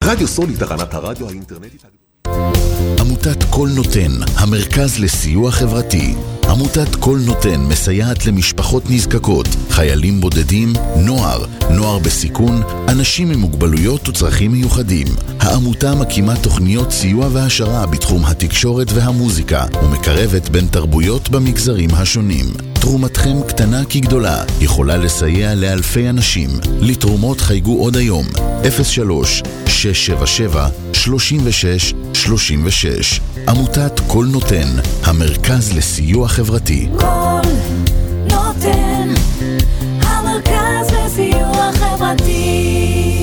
רדיו סוני, תחנת הרדיו האינטרנטית. עמותת כל נותן, המרכז לסיוע חברתי. עמותת כל נותן מסייעת למשפחות נזקקות, חיילים בודדים, נוער בסיכון, אנשים עם מוגבלויות וצרכים מיוחדים. העמותה מקימה תוכניות סיוע והשרה בתחום התקשורת והמוזיקה, ומקרבת בין תרבויות במגזרים השונים. תרומתכם קטנה כגדולה, יכולה לסייע לאלפי אנשים. לתרומות חייגו עוד היום, 03-677-3636. עמותת כל נותן, המרכז לסיוע חברתי. כל נותן, המרכז לסיוע חברתי.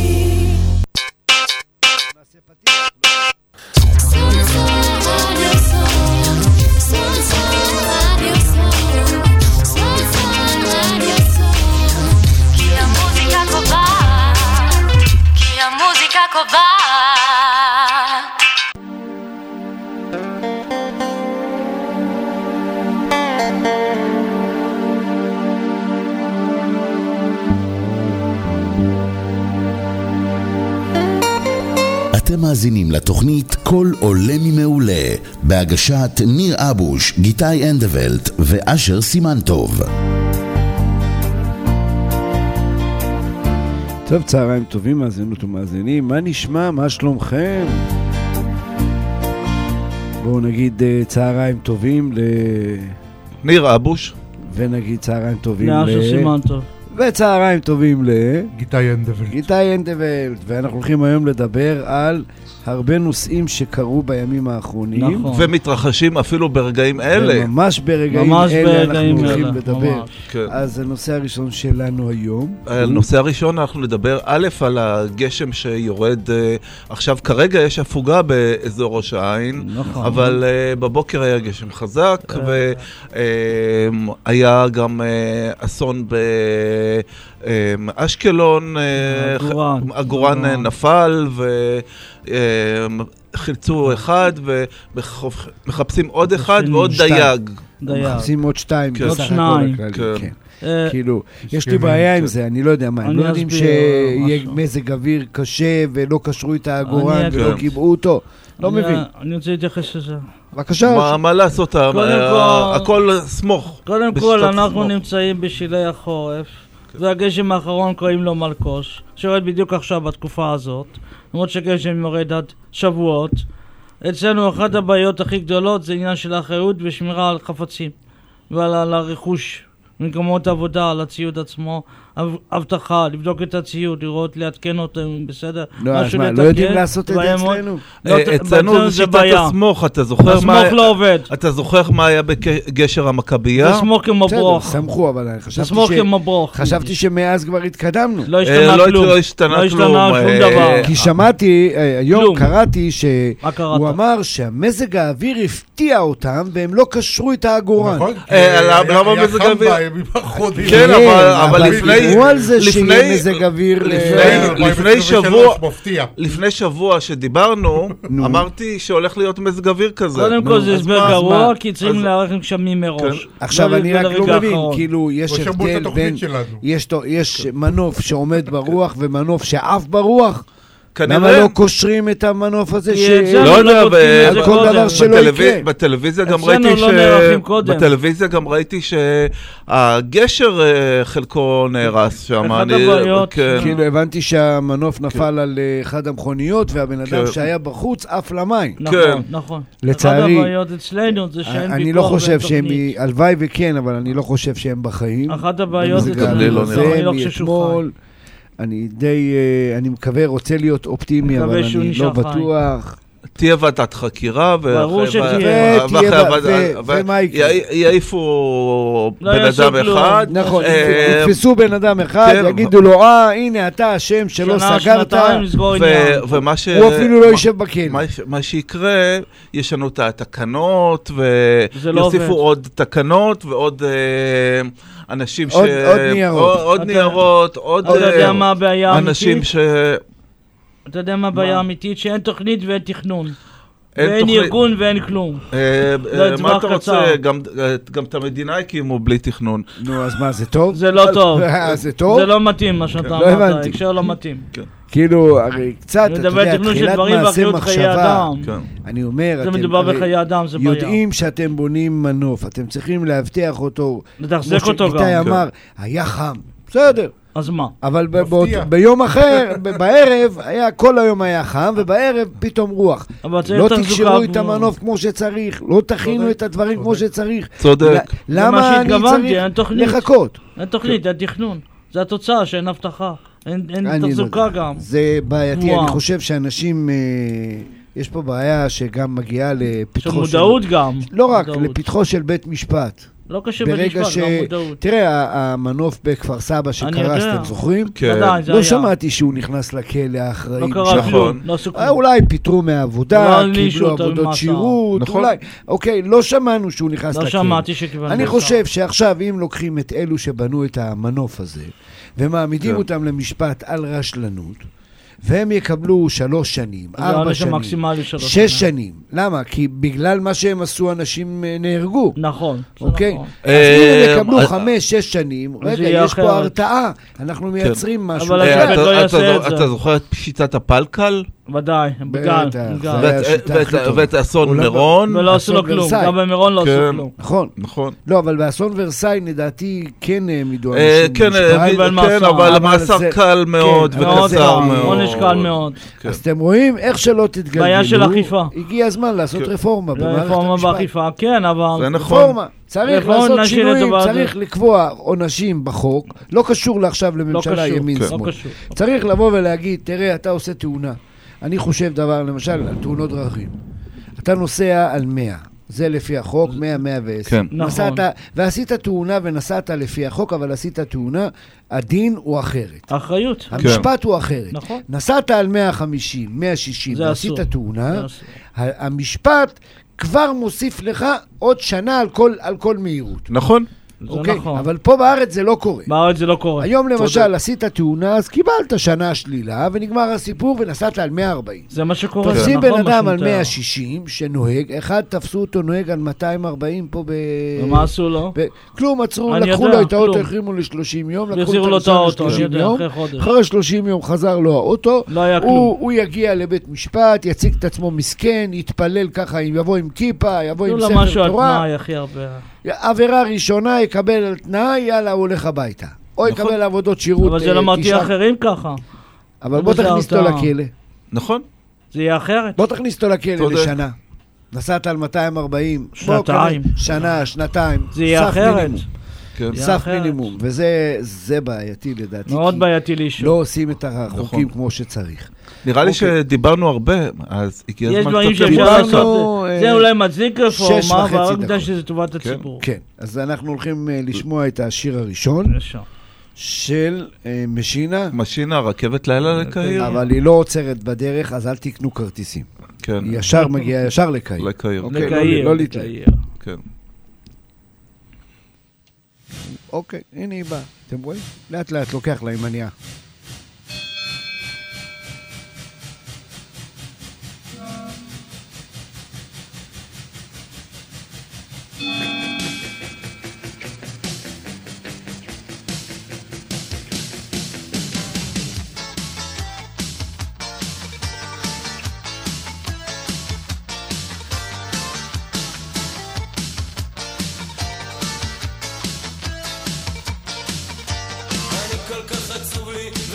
אתם מאזינים לתוכנית כל עולה ממעולה, בהגשת ניר אבוש, גיטאי אנדוולט ואשר סימנטוב. טוב, צהריים טובים, מאזינות ומאזינים. מה נשמע? מה שלומכם? בואו נגיד צהריים טובים ניר אבוש. ונגיד צהריים טובים לאשר סימנטוב. וצהריים טובים גיטאי אנדוולט. גיטאי אנדוולט. ואנחנו הולכים היום לדבר על הרבה נושאים שקרו בימים האחרונים. נכון. ומתרחשים אפילו ברגעים אלה. ממש ברגעים ממש אלה ברגעים אנחנו הולכים אלה, לדבר. כן. אז הנושא הראשון שלנו היום. הנושא הראשון אנחנו נדבר א' על הגשם שיורד עכשיו. כרגע יש הפוגה באזור ראש העין, נכון. אבל בבוקר היה גשם חזק, והיה גם אסון באשקלון, עגורן נפל וחילצו אחד ומחפשים עוד אחד ועוד דייג. מחפשים עוד שתיים. עוד שניים. כאילו, יש לי בעיה עם זה, אני לא יודע מה, הם לא יודעים שיהיה מזג אוויר קשה ולא קשרו את העגורן ולא קיבעו אותו, לא מבין. אני רוצה להתייחס לזה. בבקשה. מה לעשות? הכל סמוך. קודם כל, אנחנו נמצאים בשילי החורף, והגשם האחרון קוראים לו מלקוש, שיורד בדיוק עכשיו בתקופה הזאת, למרות שגשם יורד עד שבועות. אצלנו אחת הבעיות הכי גדולות זה עניין של האחריות ושמירה על חפצים ועל הרכוש, מקומות עבודה, על הציוד עצמו, הבטחה, לבדוק את הציוד, לראות, לעדכן אותו, בסדר. לא, אז מה, לא יודעים לעשות את זה אצלנו? אצלנו זה שיטת הסמוך, אתה זוכר מה... הסמוך לא עובד. אתה זוכר מה היה בגשר המכבייה? זה סמוך כמו ברוך. בסדר, סמכו, אבל חשבתי שמאז כבר התקדמנו. לא השתנה כלום. לא השתנה שום דבר. כי שמעתי, היום קראתי שהוא אמר שהמזג האוויר הפתיע אותם, והם לא קשרו את העגורן. נכון, למה מזג האוויר? כן, אבל דיברו על זה שיהיה מזג אוויר לפני שבוע שדיברנו, אמרתי שהולך להיות מזג אוויר כזה. קודם כל זה הסבר גרוע, כי צריכים להערך עם גשמים מראש. עכשיו אני רק לא מבין, כאילו יש הבדל בין, יש מנוף שעומד ברוח ומנוף שעף ברוח. למה לא קושרים את המנוף הזה לא יודע, על כל דבר שלא יקרה? בטלוויזיה גם ראיתי שהגשר חלקו נהרס שם. אחד הבעיות. כאילו הבנתי שהמנוף נפל על אחד המכוניות והבן אדם שהיה בחוץ עף למים. נכון. לצערי, אחד הבעיות אצלנו זה שאין אני לא חושב שהם, הלוואי וכן, אבל אני לא חושב שהם בחיים. אחת הבעיות אצלנו זה לא כששוחיים. אני מקווה, רוצה להיות אופטימי, אבל אני לא בטוח. תהיה ועדת חקירה, ברור שתהיה. ומה יקרה? יעיפו בן אדם אחד. נכון, יתפסו בן אדם אחד, יגידו לו, הנה אתה השם שלא סגרת, הוא אפילו לא יישב בכלא. מה שיקרה, ישנו את התקנות, ויוסיפו עוד תקנות, ועוד... אנשים עוד ניירות, עוד אנשים אתה יודע מה הבעיה האמיתית? שאין תוכנית ואין תכנון. ואין ארגון ואין כלום. מה אתה רוצה? גם את המדינה הקימו בלי תכנון. נו, אז מה, זה טוב? זה לא טוב. זה טוב? זה לא מתאים מה שאתה אמרת, ההקשר לא מתאים. כאילו, הרי קצת, אתה יודע, תחילת מעשה מחשבה, אני אומר, זה מדובר בחיי אדם, זה בעיה. יודעים שאתם בונים מנוף, אתם צריכים להבטיח אותו, לתחזק אותו גם. איתי אמר, היה חם, בסדר. אז מה? אבל ביום אחר, בערב, כל היום היה חם, ובערב פתאום רוח. לא תקשרו את המנוף כמו שצריך, לא תכינו את הדברים כמו שצריך. צודק. למה אני צריך לחכות? אין תוכנית, אין תכנון. זה התוצאה שאין הבטחה. אין תחזוקה גם. זה בעייתי, אני חושב שאנשים, יש פה בעיה שגם מגיעה לפתחו של... של מודעות גם. לא רק, לפתחו של בית משפט. לא קשה בית משפט, גם מודעות. תראה, המנוף בכפר סבא שקרס, אתם זוכרים? כן. לא שמעתי שהוא נכנס לכלא האחראי. לא קרה כלום, לא עשו כלום. אולי פיטרו מהעבודה, קיבלו עבודות שירות, אולי. אוקיי, לא שמענו שהוא נכנס לכלא. לא שמעתי שקיבל. אני חושב שעכשיו, אם לוקחים את אלו שבנו את המנוף הזה, ומעמידים אותם למשפט על רשלנות, והם יקבלו 3 שנים, 4 שנים, 6 שנים. למה? כי בגלל מה שהם עשו, אנשים נהרגו. נכון. אוקיי? אז אם הם יקבלו 5-6 שנים, רגע, יש פה הרתעה. אנחנו מייצרים משהו. אתה זוכר את פשיטת הפלקל? ודאי, בגל. ואת אסון מירון. ולא עשו לו כלום, גם במירון לא עשו כלום. נכון. נכון. לא, אבל באסון ורסאי, לדעתי, כן העמידו אנשים. כן, אבל מאסר קל מאוד וקצר מאוד. עונש קל מאוד. אז אתם רואים איך שלא תתגלגלו. בעיה של אכיפה. הגיע הזמן לעשות רפורמה במערכת המשפט. רפורמה באכיפה, כן, אבל... זה נכון. רפורמה. צריך לעשות שינויים, צריך לקבוע עונשים בחוק. לא קשור לעכשיו לממשלה ימין-שמאל. צריך לבוא ולהגיד, תראה, אתה עושה תאונה. אני חושב דבר, למשל, על תאונות דרכים. אתה נוסע על 100, זה לפי החוק, 100, 110. כן. נכון. ועשית תאונה ונסעת לפי החוק, אבל עשית תאונה, הדין הוא אחרת. האחריות. המשפט הוא אחרת. נכון. נסעת על 150, 160, ועשית תאונה, המשפט כבר מוסיף לך עוד שנה על כל מהירות. נכון. אוקיי, נכון. אבל פה בארץ זה לא קורה. בארץ זה לא קורה. היום למשל עשית תאונה, אז קיבלת שנה שלילה, ונגמר הסיפור ונסעת על 140. זה מה שקורה. תופסים בן אדם על 160 שנוהג, אחד תפסו אותו נוהג על 240 פה ומה עשו לו? כלום, עצרו, לקחו לו את האוטו, החרימו ל-30 יום, החזירו לו את האוטו, אחרי 30 יום חזר לו האוטו, לא היה כלום. הוא יגיע לבית משפט, יציג את עצמו מסכן, יתפלל ככה, יבוא עם כיפה, יבוא עם ספר תורה. עבירה ראשונה יקבל על תנאי, יאללה, הוא הולך הביתה. או יקבל עבודות שירות. אבל זה לא מרתיע אחרים ככה. אבל בוא תכניס אותו לכלא. נכון. זה יהיה אחרת. בוא תכניס אותו לכלא לשנה. נסעת על 240. שנתיים. שנה, שנתיים. זה יהיה אחרת. סף מינימום. וזה בעייתי לדעתי. מאוד בעייתי לאישור. לא עושים את החוקים כמו שצריך. נראה לי שדיברנו הרבה, אז הגיע הזמן... יש דברים שאפשר לעשות. זה אולי מצדיק רפורמה, אבל רק יודע שזה טובת הציבור. כן, אז אנחנו הולכים לשמוע את השיר הראשון של משינה. משינה, רכבת לילה לקהיר. אבל היא לא עוצרת בדרך, אז אל תקנו כרטיסים. כן. היא ישר מגיעה ישר לקהיר. לקהיר. לקהיר. לא להתלהיר. כן. אוקיי, הנה היא באה. אתם רואים? לאט לאט לוקח לה עם מניעה. כל כך עצוב לי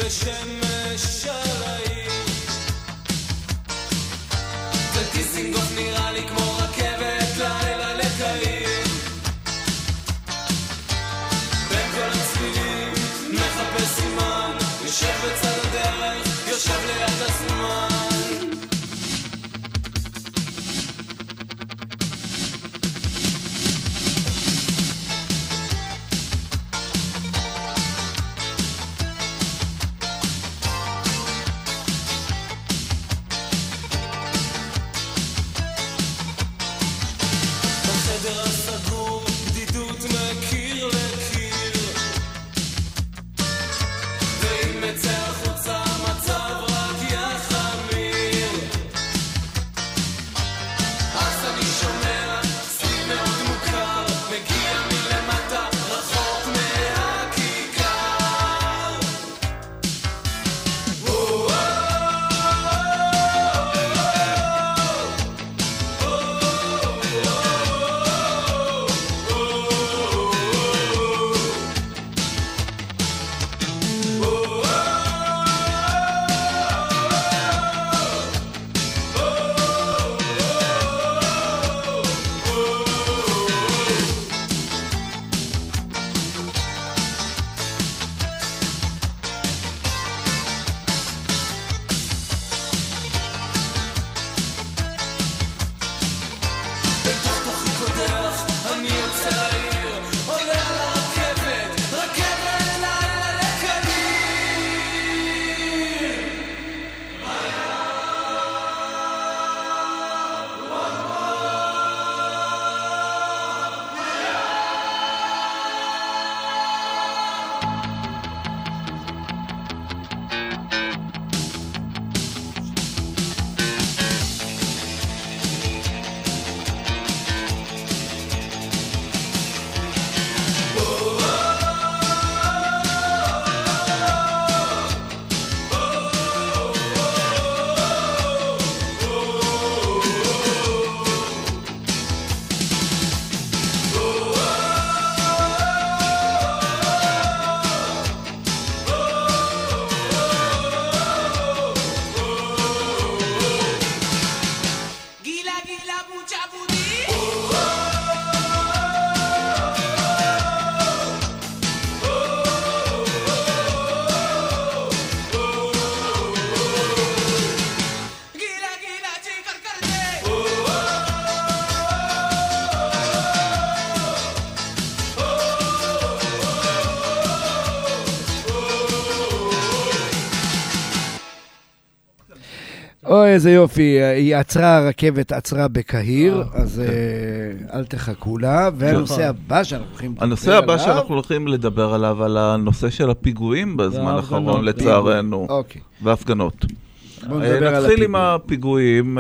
איזה יופי, היא עצרה, הרכבת עצרה בקהיר, אז אל תחכו לה, והנושא הבא שאנחנו הולכים לדבר עליו. הנושא הבא שאנחנו הולכים לדבר עליו, על הנושא של הפיגועים בזמן האחרון, לצערנו, והפגנות. נתחיל עם הפיגועים.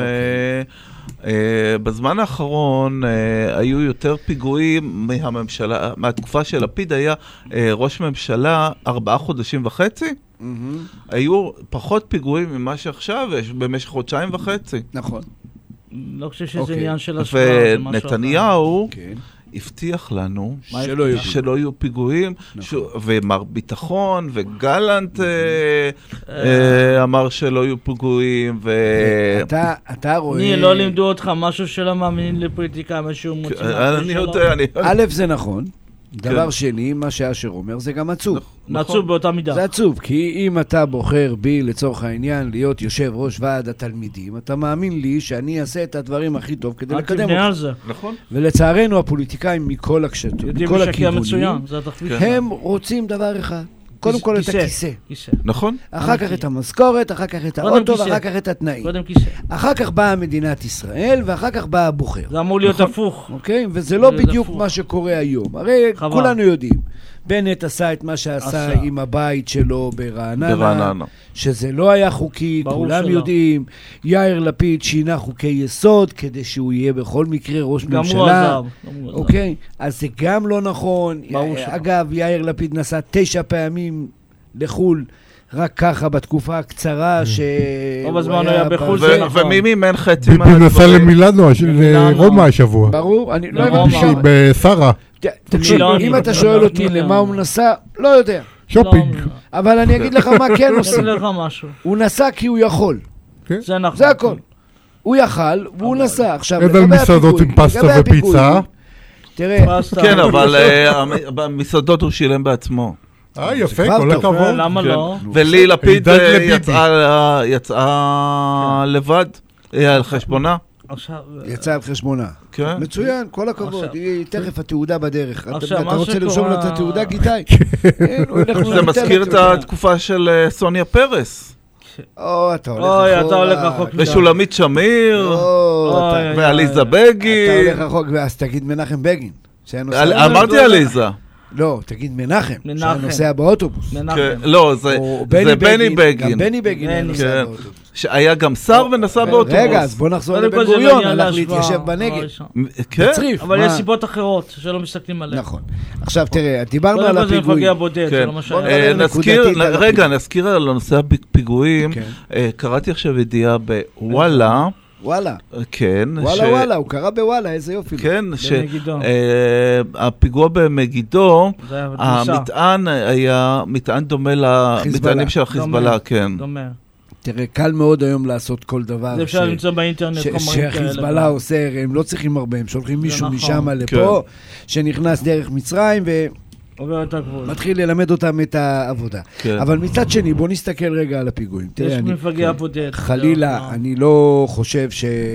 בזמן האחרון היו יותר פיגועים מהתקופה של לפיד היה ראש ממשלה 4.5 חודשים. היו פחות פיגועים ממה שעכשיו יש במשך 1.5 חודשים. נכון. לא חושב שזה עניין של השוואה. ונתניהו הבטיח לנו שלא יהיו פיגועים, ומר ביטחון וגלנט אמר שלא יהיו פיגועים. אתה רואה... לא לימדו אותך משהו שלא מאמינים לפוליטיקה, משהו מוצאים. אני יודע. א', זה נכון. דבר שני, מה שאשר אומר, זה גם עצוב. עצוב באותה מידה. זה עצוב, כי אם אתה בוחר בי לצורך העניין להיות יושב ראש ועד התלמידים, אתה מאמין לי שאני אעשה את הדברים הכי טוב כדי לקדם אותך. נכון. ולצערנו הפוליטיקאים מכל הקשתות, מכל הכיוונים, הם רוצים דבר אחד. קודם כל את הכיסא. נכון. אחר כך את המשכורת, אחר כך את האוטו, ואחר כך את התנאים. קודם כיסא. אחר כך באה מדינת ישראל, ואחר כך באה הבוחר. זה אמור להיות הפוך. אוקיי? וזה לא בדיוק מה שקורה היום. הרי כולנו יודעים. בנט עשה את מה שעשה עם הבית שלו ברעננה, שזה לא היה חוקי, כולם יודעים. יאיר לפיד שינה חוקי יסוד, כדי שהוא יהיה בכל מקרה ראש ממשלה. אוקיי? אז זה גם לא נכון. אגב, יאיר לפיד נסע 9 פעמים לחול, רק ככה בתקופה הקצרה רוב הזמן היה בחול, זה נכון. ומי מן חצי ביבי נסע למילאנו, לרומא השבוע. ברור, אני לא הבנתי. בשרה. תקשיב, אם אתה שואל אותי למה הוא נסע, לא יודע. שופינג. אבל אני אגיד לך מה כן עושים. הוא נסע כי הוא יכול. זה נכון. זה הכל. הוא יכל, והוא נסע. עכשיו, לגבי מסעדות עם פסטה ופיצה. תראה. כן, אבל במסעדות הוא שילם בעצמו. יפה, כל הכבוד. למה לא? ולי לפיד יצאה לבד, על חשבונה. יצא על חשבונה. מצוין, כל הכבוד. תכף התעודה בדרך. אתה רוצה לרשום לו את התעודה, גיטאי? זה מזכיר את התקופה של סוניה פרס. אתה הולך רחוק. ושולמית שמיר, ועליזה בגין. אתה הולך רחוק, אז תגיד מנחם בגין. אמרתי עליזה. לא, תגיד מנחם, שנוסע באוטובוס. לא, זה בני בגין. גם בני בגין נוסע באוטובוס. שהיה גם שר ונסע באוטובוס. רגע, אז בוא נחזור לבן גוריון, הלך להתיישב בנגב. מצריף. אבל יש סיבות אחרות שלא מסתכלים עליהן. נכון. עכשיו תראה, דיברנו על הפיגועים. זה מפגע בודד, זה לא מה שהיה. רגע, נזכיר על הנושא הפיגועים. קראתי עכשיו ידיעה בוואלה. וואלה. כן. וואלה, הוא קרא בוואלה, איזה יופי. כן, שהפיגוע במגידו, המטען היה מטען דומה למטענים של החיזבאללה, כן. דומה. תראה, קל מאוד היום לעשות כל דבר. זה אפשר למצוא באינטרנט חומרים כאלה. שהחיזבאללה עושה, הם לא צריכים הרבה, הם שולחים מישהו משם לפה, שנכנס דרך מצרים מתחיל ללמד אותם את העבודה. אבל מצד שני, בוא נסתכל רגע על הפיגועים. יש מפגע בודד. חלילה, אני לא חושב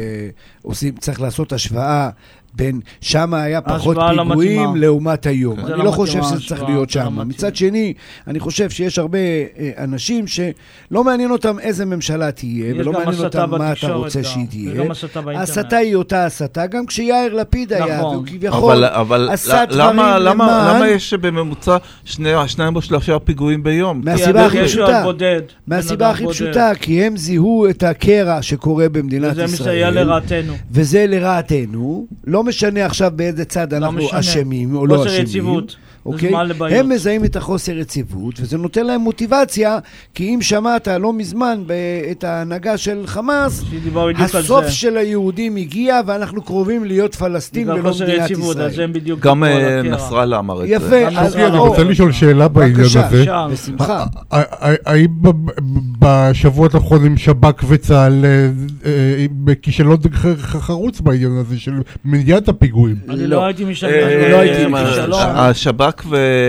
שצריך לעשות השוואה בין שם היה פחות פיגועים לעומת היום. אני לא חושב שזה צריך להיות שם. מצד שני, אני חושב שיש הרבה אנשים שלא מעניין אותם איזה ממשלה תהיה, ולא מעניין אותם מה אתה רוצה שהיא תהיה. הסתה היא אותה הסתה, גם כשיאיר לפיד היה, והוא כביכול עשה דברים למען. למה יש בממוצע 2 או 3 פיגועים ביום? מהסיבה הכי פשוטה. מהסיבה הכי פשוטה, כי הם זיהו את הקרע שקורה במדינת ישראל. וזה מסייע לרעתנו. וזה לרעתנו. לא משנה עכשיו באיזה צד אנחנו אשמים או לא אשמים. הם מזהים את החוסר יציבות, וזה נותן להם מוטיבציה, כי אם שמעת לא מזמן את ההנהגה של חמאס, הסוף של היהודים הגיע, ואנחנו קרובים להיות פלסטין ולא מדינת ישראל. גם נסראללה אמר את זה. יפה. אני רוצה לשאול שאלה בעניין הזה. בשמחה. האם בשבועות האחרונים שב"כ וצה"ל בכישלון חרוץ בעניין הזה של מניעת הפיגועים? אני לא הייתי משלם. השב"כ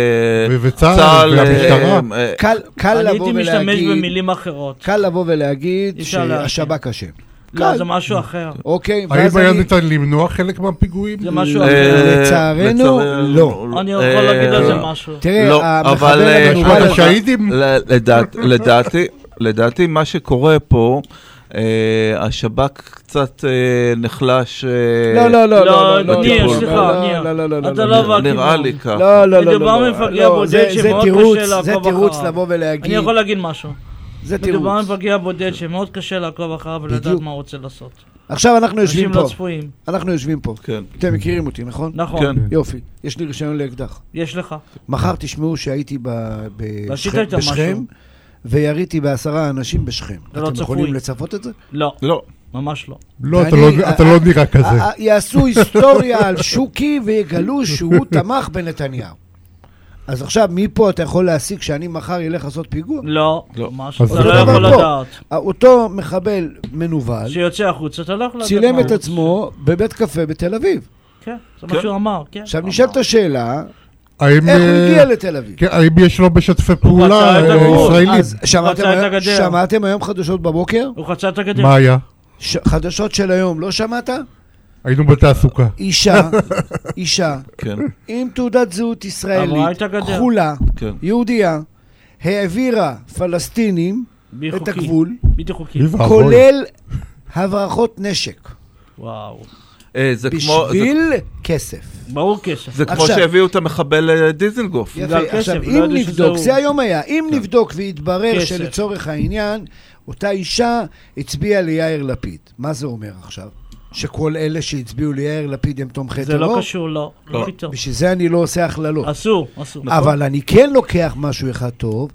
וצה"ל והמשטרה. קל לבוא הייתי משתמש במילים אחרות. קל לבוא ולהגיד שהשב"כ אשם. לא, זה משהו אחר. אוקיי. האם היה ניתן למנוע חלק מהפיגועים? זה משהו אחר. לצערנו, לא. אני יכול להגיד על זה משהו. תראה, אבל לדעתי מה שקורה פה השב"כ קצת נחלש. לא, ניר, סליחה, אתה לא בכיוון. נראה לי כך. מדובר מפגע בודד שמאוד קשה לעקוב אחריו. זה תירוץ לבוא ולהגיד. אני יכול להגיד משהו. זה תירוץ. מדובר מפגע בודד שמאוד קשה לעקוב אחריו ולדעת מה הוא רוצה לעשות. עכשיו אנחנו יושבים פה. אנשים לא צפויים. אנחנו יושבים פה. כן. אתם מכירים אותי, נכון? נכון. יופי. יש לי רישיון לאקדח. יש לך. מחר תשמעו שהייתי בשכם, ויריתי ב10 אנשים בשכם. אתם יכולים לצפות את זה? לא. ממש לא. לא, אתה לא נראה כזה. יעשו היסטוריה על שוקי ויגלו שהוא תמך בנתניהו. אז עכשיו, מפה אתה יכול להסיק שאני מחר ילך לעשות פיגוע? לא, ממש. אתה לא יכול לדעת. אותו מחבל מנוול, שיוצא החוץ, אתה לא יכול לדעת. צילם את עצמו בבית קפה בתל אביב. כן, זה מה שהוא אמר. עכשיו נשאלת השאלה, איך הוא הגיע לתל אביב? האם יש לו משתפי פעולה ישראלים? שמעתם היום חדשות בבוקר? הוא חצה את הגדר. מה היה? חדשות של היום, לא שמעת? היינו בתעסוקה. אישה, עם תעודת זהות ישראלית, כחולה, יהודייה, העבירה פלסטינים את הגבול, כולל הברחות נשק. וואו. בשביל כסף. ברור כסף. זה כמו שהביאו את המחבל דיזנגוף. יפה, עכשיו אם נבדוק, זה היום היה, אם נבדוק ויתברר שלצורך העניין, אותה אישה הצביעה ליאיר לפיד. מה זה אומר עכשיו? שכל אלה שהצביעו ליאיר לפיד הם תומכי טרור? זה לא קשור, לא. בשביל זה אני לא עושה הכללות. אסור. אבל אני כן לוקח משהו אחד טוב,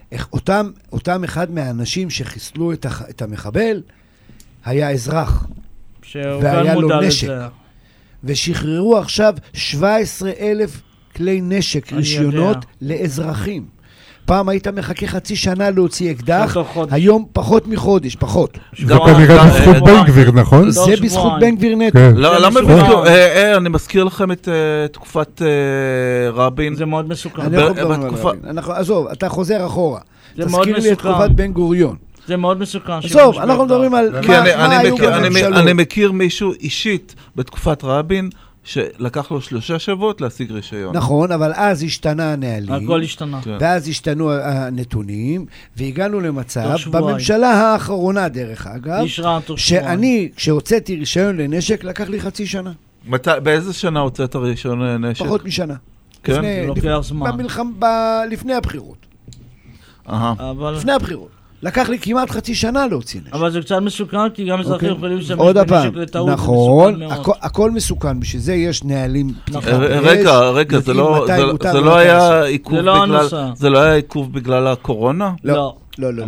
אותם אחד מהאנשים שחיסלו את המחבל, היה אזרח. והיה לו נשק. ושחררו עכשיו 17,000 כלי נשק, רישיונות לאזרחים. פעם היית מחכה חצי שנה להוציא אקדח, היום פחות מחודש, פחות. זה כנראה בזכות בן גביר, נכון? זה בזכות בן גביר נטו. למה אני מזכיר לכם את תקופת רבין. זה מאוד מסוכן. עזוב, אתה חוזר אחורה. תזכיר לי את תקופת בן גוריון. זה מאוד מסוכן. עזוב, אנחנו מדברים על מה היו בממשלות. אני מכיר מישהו אישית בתקופת רבין, שלקח לו 3 שבועות להשיג רישיון. נכון, אבל אז השתנה הנהלים. הכל השתנה. ואז השתנו הנתונים, והגענו למצב, בממשלה האחרונה דרך אגב, שאני, כשהוצאתי רישיון לנשק, לקח לי חצי שנה. באיזה שנה הוצאת רישיון לנשק? פחות משנה. כן? לוקח זמן. לפני הבחירות. לפני הבחירות. לקח לי כמעט חצי שנה להוציא נשק. אבל זה קצת מסוכן, כי גם אזרחים יכולים לשמש בנשק לטעות. נכון, הכל מסוכן, בשביל זה יש נהלים פתיחה. רגע, זה לא היה עיכוב בגלל הקורונה? לא.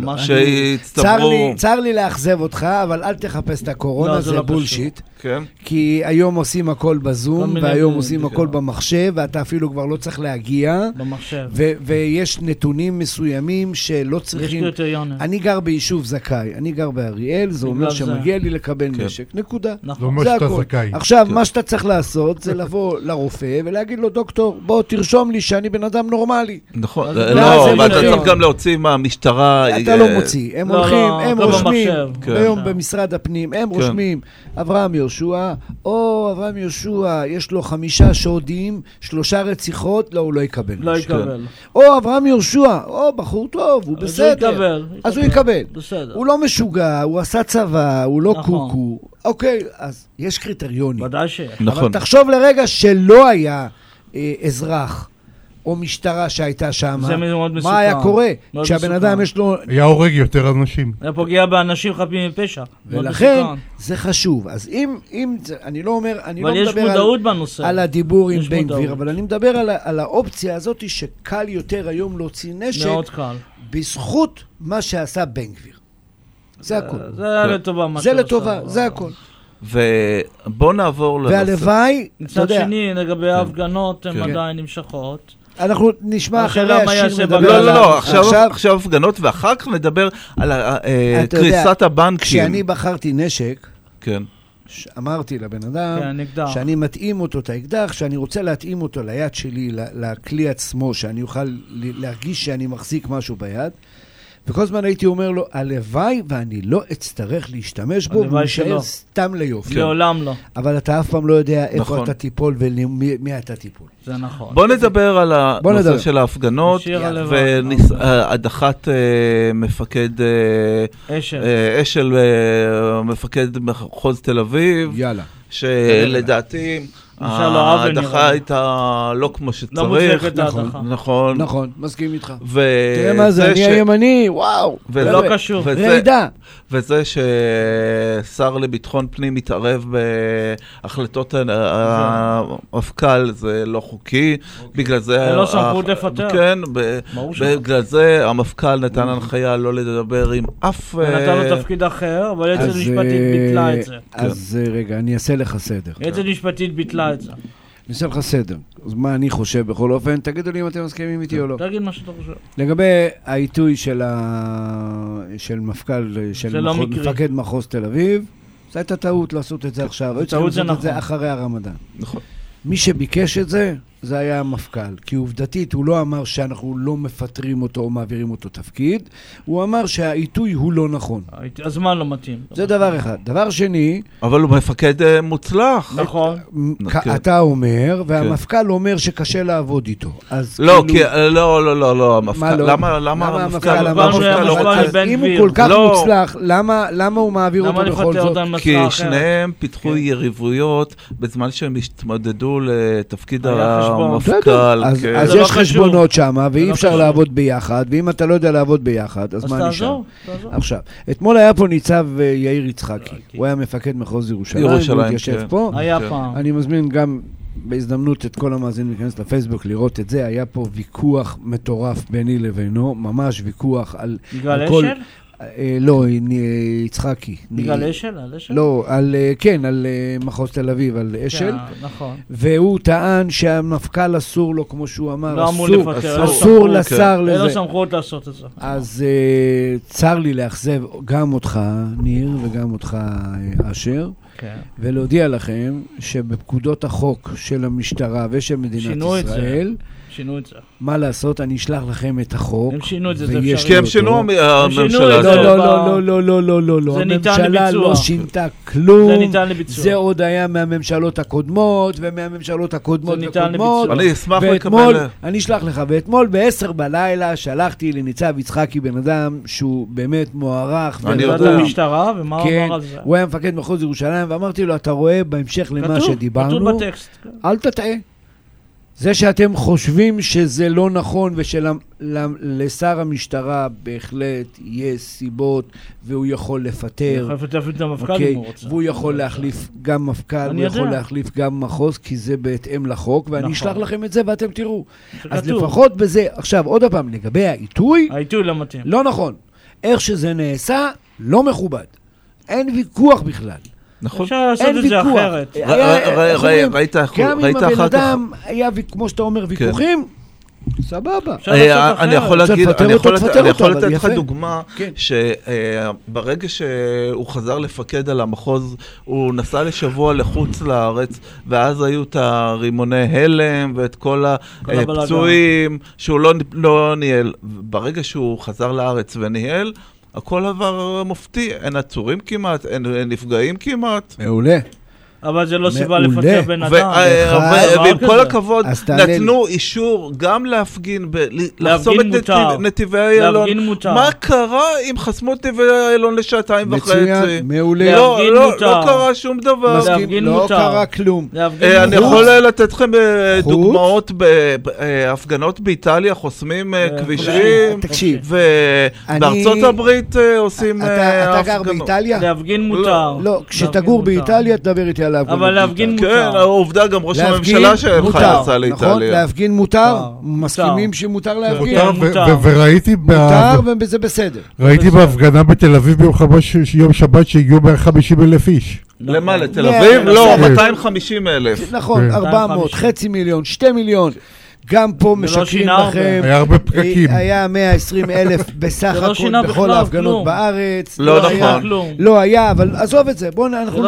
צר לי לאכזב אותך, אבל אל תחפש את הקורונה, זה בולשיט. כי היום עושים הכל בזום, והיום עושים הכל במחשב, ואתה אפילו כבר לא צריך להגיע. במחשב. ויש נתונים מסוימים שלא צריכים... יש קריטריונים. אני גר ביישוב זכאי, אני גר באריאל, זה אומר שמגיע לי לקבל נשק. נקודה. זה הכל. עכשיו, מה שאתה צריך לעשות, זה לבוא לרופא ולהגיד לו, דוקטור, בוא תרשום לי שאני בן אדם נורמלי. נכון. לא, ואתה צריך גם להוציא מהמשטרה... אתה לא מוציא, הם הולכים, הם רושמים, ביום במשרד הפנים, הם רושמים, אברהם יהושע, אברהם יהושע, יש לו 5 שודים, 3 רציחות, לא, הוא לא יקבל. לא יקבל. אברהם יהושע, בחור טוב, הוא בסדר. אז הוא יקבל. הוא לא משוגע, הוא עשה צבא, הוא לא קוקו. אוקיי, אז יש קריטריונים. ודאי שיש. אבל תחשוב לרגע שלא היה אזרח. או משטרה שהייתה שם, מה היה קורה? כשהבן אדם יש לו... היה הורג יותר אנשים. היה פוגע באנשים חפים מפשע. ולכן זה חשוב. אז אם אני לא אומר, אני לא מדבר על הדיבור עם בן גביר, אבל אני מדבר על האופציה הזאת שקל יותר היום להוציא נשק, מאוד קל. בזכות מה שעשה בן גביר. זה הכל. זה לטובה. זה לטובה, זה הכל. ובוא נעבור לנושא. והלוואי, מצד שני, לגבי ההפגנות הן עדיין נמשכות. אנחנו נשמע אחרי השיר מדבר. לא, עכשיו הפגנות, ואחר כך נדבר על קריסת הבנקים. כשאני בחרתי נשק, כן. אמרתי לבן אדם, שאני מתאים אותו את האקדח, שאני רוצה להתאים אותו ליד שלי, לכלי עצמו, שאני אוכל להרגיש שאני מחזיק משהו ביד, וכל הזמן הייתי אומר לו, הלוואי ואני לא אצטרך להשתמש בו, והוא יישאר סתם ליופי. לעולם לא. אבל אתה אף פעם לא יודע איפה אתה טיפול ומי אתה טיפול. זה נכון. בוא נדבר על הנושא של ההפגנות, והדחת מפקד אשל, מפקד מחוז תל אביב. יאללה. שלדעתי ההדחה הייתה לא כמו שצריך. לא מוצלחת ההדחה. נכון. נכון, מסכים איתך. תראה מה זה, אני הימני, וואו. לא קשור. רעידה. וזה ששר לביטחון פנים מתערב בהחלטות המפכ"ל, זה לא חוקי. בגלל זה... זה לא סמכות לפטר. כן, בגלל זה המפכ"ל נתן הנחיה לא לדבר עם אף... ונתן לו תפקיד אחר, אבל יצא משפטית ביטלה את זה. אז רגע, אני אעשה לך סדר. יצא משפטית ביטלה את זה. אני אעשה לך סדר. אז מה אני חושב בכל אופן? תגידו לי אם אתם מסכימים איתי או לא. תגיד מה שאתה חושב. לגבי העיתוי של מפכ"ל, של מפקד מחוז תל אביב, זו הייתה טעות לעשות את זה עכשיו. טעות זה נכון. לעשות את זה אחרי הרמדאן. נכון. מי שביקש את זה, זה היה המפכ"ל. כי עובדתית הוא לא אמר שאנחנו לא מפטרים אותו או מעבירים אותו תפקיד, הוא אמר שהעיתוי הוא לא נכון. הזמן לא מתאים. זה דבר אחד. דבר שני... אבל הוא מפקד מוצלח. נכון. אתה אומר, והמפכ"ל אומר שקשה לעבוד איתו. לא, לא, המפכ"ל. למה המפכ"ל? אם הוא כל כך מוצלח, למה הוא מעביר אותו בכל זאת? כי שניהם פיתחו יריבויות בזמן שהם התמודדו לתפקיד המפכ"ל. אז יש חשבונות שם, ואי אפשר לעבוד ביחד, ואם אתה לא יודע לעבוד ביחד, אז מה נשאר? עכשיו, אתמול היה פה ניצב יאיר יצחקי, הוא היה מפקד מחוז ירושלים, הוא התיישב פה. היה פעם. אני מזמין גם בהזדמנות את כל המאזינים להיכנס לפייסבוק לראות את זה, היה פה ויכוח מטורף ביני לבינו, ממש ויכוח על... בגלל אשל? לא, יצחקי. בגלל אשל? על אשל? לא, כן, על מחוז תל אביב, על אשל. נכון. והוא טען שהמפכ"ל אסור לו, כמו שהוא אמר, לא אמור לפטר. אסור לשר לזה. אין לו סמכות לעשות את זה. אז צר לי לאכזב גם אותך, ניר, וגם אותך, אשר, ולהודיע לכם שבפקודות החוק של המשטרה ושל מדינת ישראל, שינו את זה. מה לעשות? אני אשלח לכם את החוק. הם שינו את זה, זה אפשרי. כי הם שינו הממשלה. לא. הממשלה לא שינתה כלום. זה ניתן לביצוע. זה עוד היה מהממשלות הקודמות, ומהממשלות הקודמות וקודמות. אני אשמח לקבל. אני אשלח לך. ואתמול ב-10 בלילה שלחתי לניצב יצחקי בן אדם שהוא באמת מוערך. אני יודע. המשטרה, ומה הוא אמר על זה? הוא היה מפקד מחוז ירושלים, ואמרתי לו, אתה רואה בהמשך למה שדיברנו. כתוב בטקסט. אל תטעה. זה שאתם חושבים שזה לא נכון ושלשר המשטרה בהחלט יש סיבות והוא יכול לפטר, והוא יכול להחליף גם מפכ"ל, הוא יכול להחליף גם מחוז, כי זה בהתאם לחוק, ואני אשלח לכם את זה ואתם תראו. אז לפחות בזה, עכשיו עוד הפעם, לגבי העיתוי, העיתוי לא מתאים. לא נכון. איך שזה נעשה, לא מכובד. אין ויכוח בכלל. נכון. אפשר לעשות את זה אחרת. ראית גם אם הבן אדם היה, כמו שאתה אומר, ויכוחים, סבבה. אני יכול לתת לך דוגמה שברגע שהוא חזר לפקד על המחוז, הוא נסע לשבוע לחוץ לארץ, ואז היו את הרימוני הלם ואת כל הפצועים שהוא לא ניהל. ברגע שהוא חזר לארץ וניהל, הכל עבר מופתי, אין עצורים כמעט, אין נפגעים כמעט. מעולה. אבל זה לא סיבה לפטר בן אדם. ועם כל הכבוד, נתנו אישור גם להפגין, לחסום את נתיבי איילון. מה קרה אם חסמו את נתיבי איילון לשעתיים וחצי? מצוין, מעולה. לא קרה שום דבר. לא קרה כלום. אני יכול לתת לכם דוגמאות בהפגנות באיטליה, חוסמים כבישים. תקשיב. ובארצות הברית עושים הפגנות. אתה גר באיטליה? להפגין מותר. לא, כשתגור באיטליה תדבר איתי. אבל להפגין מותר. כן, העובדה גם ראש הממשלה שלך יצא לאיטליה. נכון, להפגין מותר, מסכימים שמותר להפגין. וראיתי... מותר וזה בסדר. ראיתי בהפגנה בתל אביב יום שבת שהגיעו 150,000 איש. למה, לתל אביב? לא, 250,000. נכון, 400, חצי מיליון, 2 מיליון. גם פה משקרים לכם. היה הרבה פקקים. היה 120,000 בסך הכל בכל ההפגנות בארץ. לא נכון. לא היה, אבל עזוב את זה. בואו, אנחנו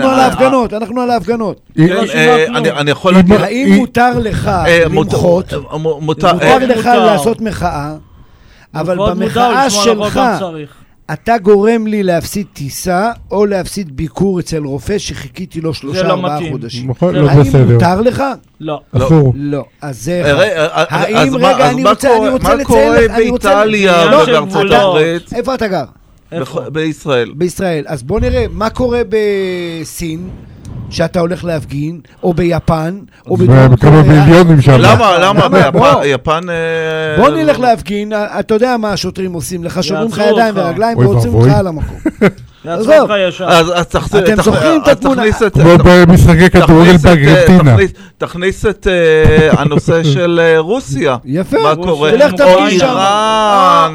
על ההפגנות. אני יכול להגיד... האם מותר לך למחות? מותר לך לעשות מחאה? אבל במחאה שלך, אתה גורם לי להפסיד טיסה, או להפסיד ביקור אצל רופא שחיכיתי לו 3-4 חודשים. האם מותר לך? לא. לא. אז זה... האם, רגע, אני רוצה לציין לך... מה קורה באיטליה ובארצות הברית? איפה אתה גר? בישראל. בישראל. אז בוא נראה, מה קורה בסין? שאתה הולך להפגין, או ביפן, או בדרום קוריאה. למה? ביפן... בוא נלך להפגין, אתה יודע מה השוטרים עושים לך, שוברים לך ידיים ורגליים ועוצרים אותך על המקום. אז אתם זוכרים את התמונה? כמו במשחקי כדורגל בארגנטינה. תכניס את הנושא של רוסיה. יפה. מה קורה? או איראן.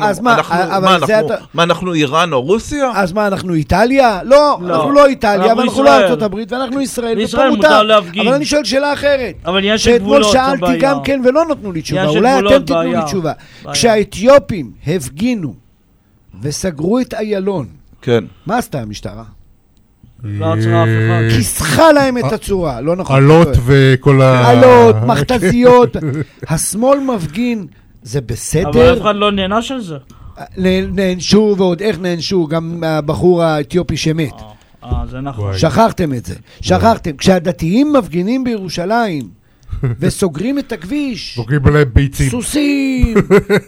מה, אנחנו איראן או רוסיה? אז מה, אנחנו איטליה? לא, אנחנו לא איטליה, ואנחנו לא ארצות הברית, ואנחנו ישראל, ופה מותר להפגין. אבל אני שואל שאלה אחרת. שאתמול שאלתי גם כן ולא נתנו לי תשובה. אולי אתם תיתנו לי תשובה. כשהאתיופים הפגינו וסגרו את איילון, כן. מה עשתה המשטרה? לא עצרה אף אחד. כיסחה להם את הצורה, לא נכון. עלות וכל עלות, מכתזיות. השמאל מפגין, זה בסדר? אבל אף אחד לא נענש על זה. נענשו, ועוד איך נענשו, גם הבחור האתיופי שמת. זה נכון. שכחתם את זה. שכחתם. כשהדתיים מפגינים בירושלים, וסוגרים את הכביש, סוגרים עליהם ביצים. סוסים,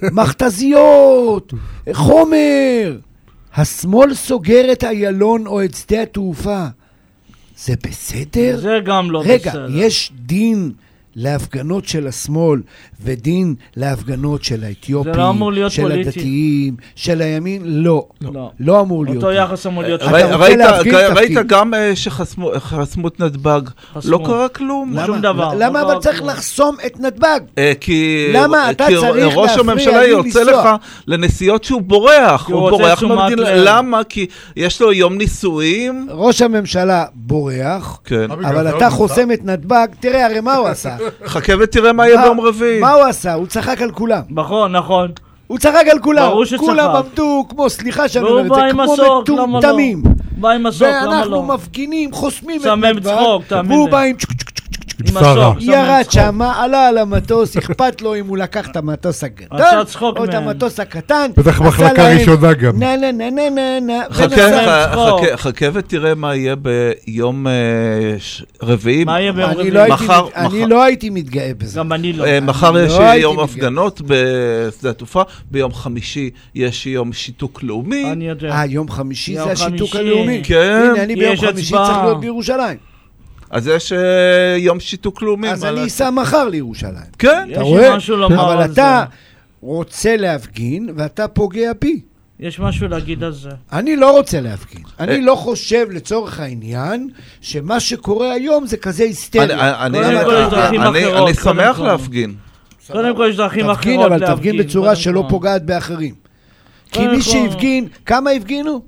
מכתזיות, חומר. השמאל סוגר את איילון או את שדה התעופה. זה בסדר? זה גם לא רגע, בסדר. רגע, יש דין להפגנות של השמאל ודין להפגנות של האתיופים, זה לא אמור להיות של פוליטי. הדתיים, של הימין? לא. לא. לא אמור להיות. אותו יחס אמור להיות. ראית גם שחסמו את נתב"ג. לא קרה כלום. שום דבר. למה אבל צריך לחסום את נתב"ג? כי ראש הממשלה יוצא לך לנסיעות שהוא בורח. הוא בורח מהמדינה. למה? כי יש לו יום נישואים. ראש הממשלה בורח, אבל אתה חוסם את נתב"ג. תראה, הרי מה הוא עשה? חכה ותראה מה יהיה ביום רביעי. מה הוא עשה? הוא צחק על כולם. נכון. הוא צחק על כולם. ברור שצחק. כולם עמדו כמו, סליחה שאני אומר את זה, כמו מטומטמים. בא עם מסוק, למה לא? ואנחנו מפגינים, חוסמים את נתב"ג. צחוק, תאמין לי. והוא בא עם ירד שמה, עלה על המטוס, אכפת לו אם הוא לקח את המטוס הגדול או את המטוס הקטן. בטח מחלקה ראשונה גם. חכה ותראה מה יהיה ביום רביעי. מה יהיה ביום רביעי? אני לא הייתי מתגאה בזה. גם אני לא. מחר יש יום הפגנות בשדה התעופה, ביום חמישי יש יום שיתוק לאומי. אני יודע. יום חמישי זה השיתוק הלאומי. כן. הנה, אני ביום חמישי צריך להיות בירושלים. אז יש יום שיתוק לאומי. אז אני אסע מחר לירושלים. כן. אתה רואה? אבל אתה רוצה להפגין ואתה פוגע בי. יש משהו להגיד על זה. אני לא רוצה להפגין. אני לא חושב לצורך העניין שמה שקורה היום זה כזה היסטריה. אני שמח להפגין. קודם כל יש דרכים אחרות להפגין. אבל תפגין בצורה שלא פוגעת באחרים. כי מי שהפגין, כמה הפגינו?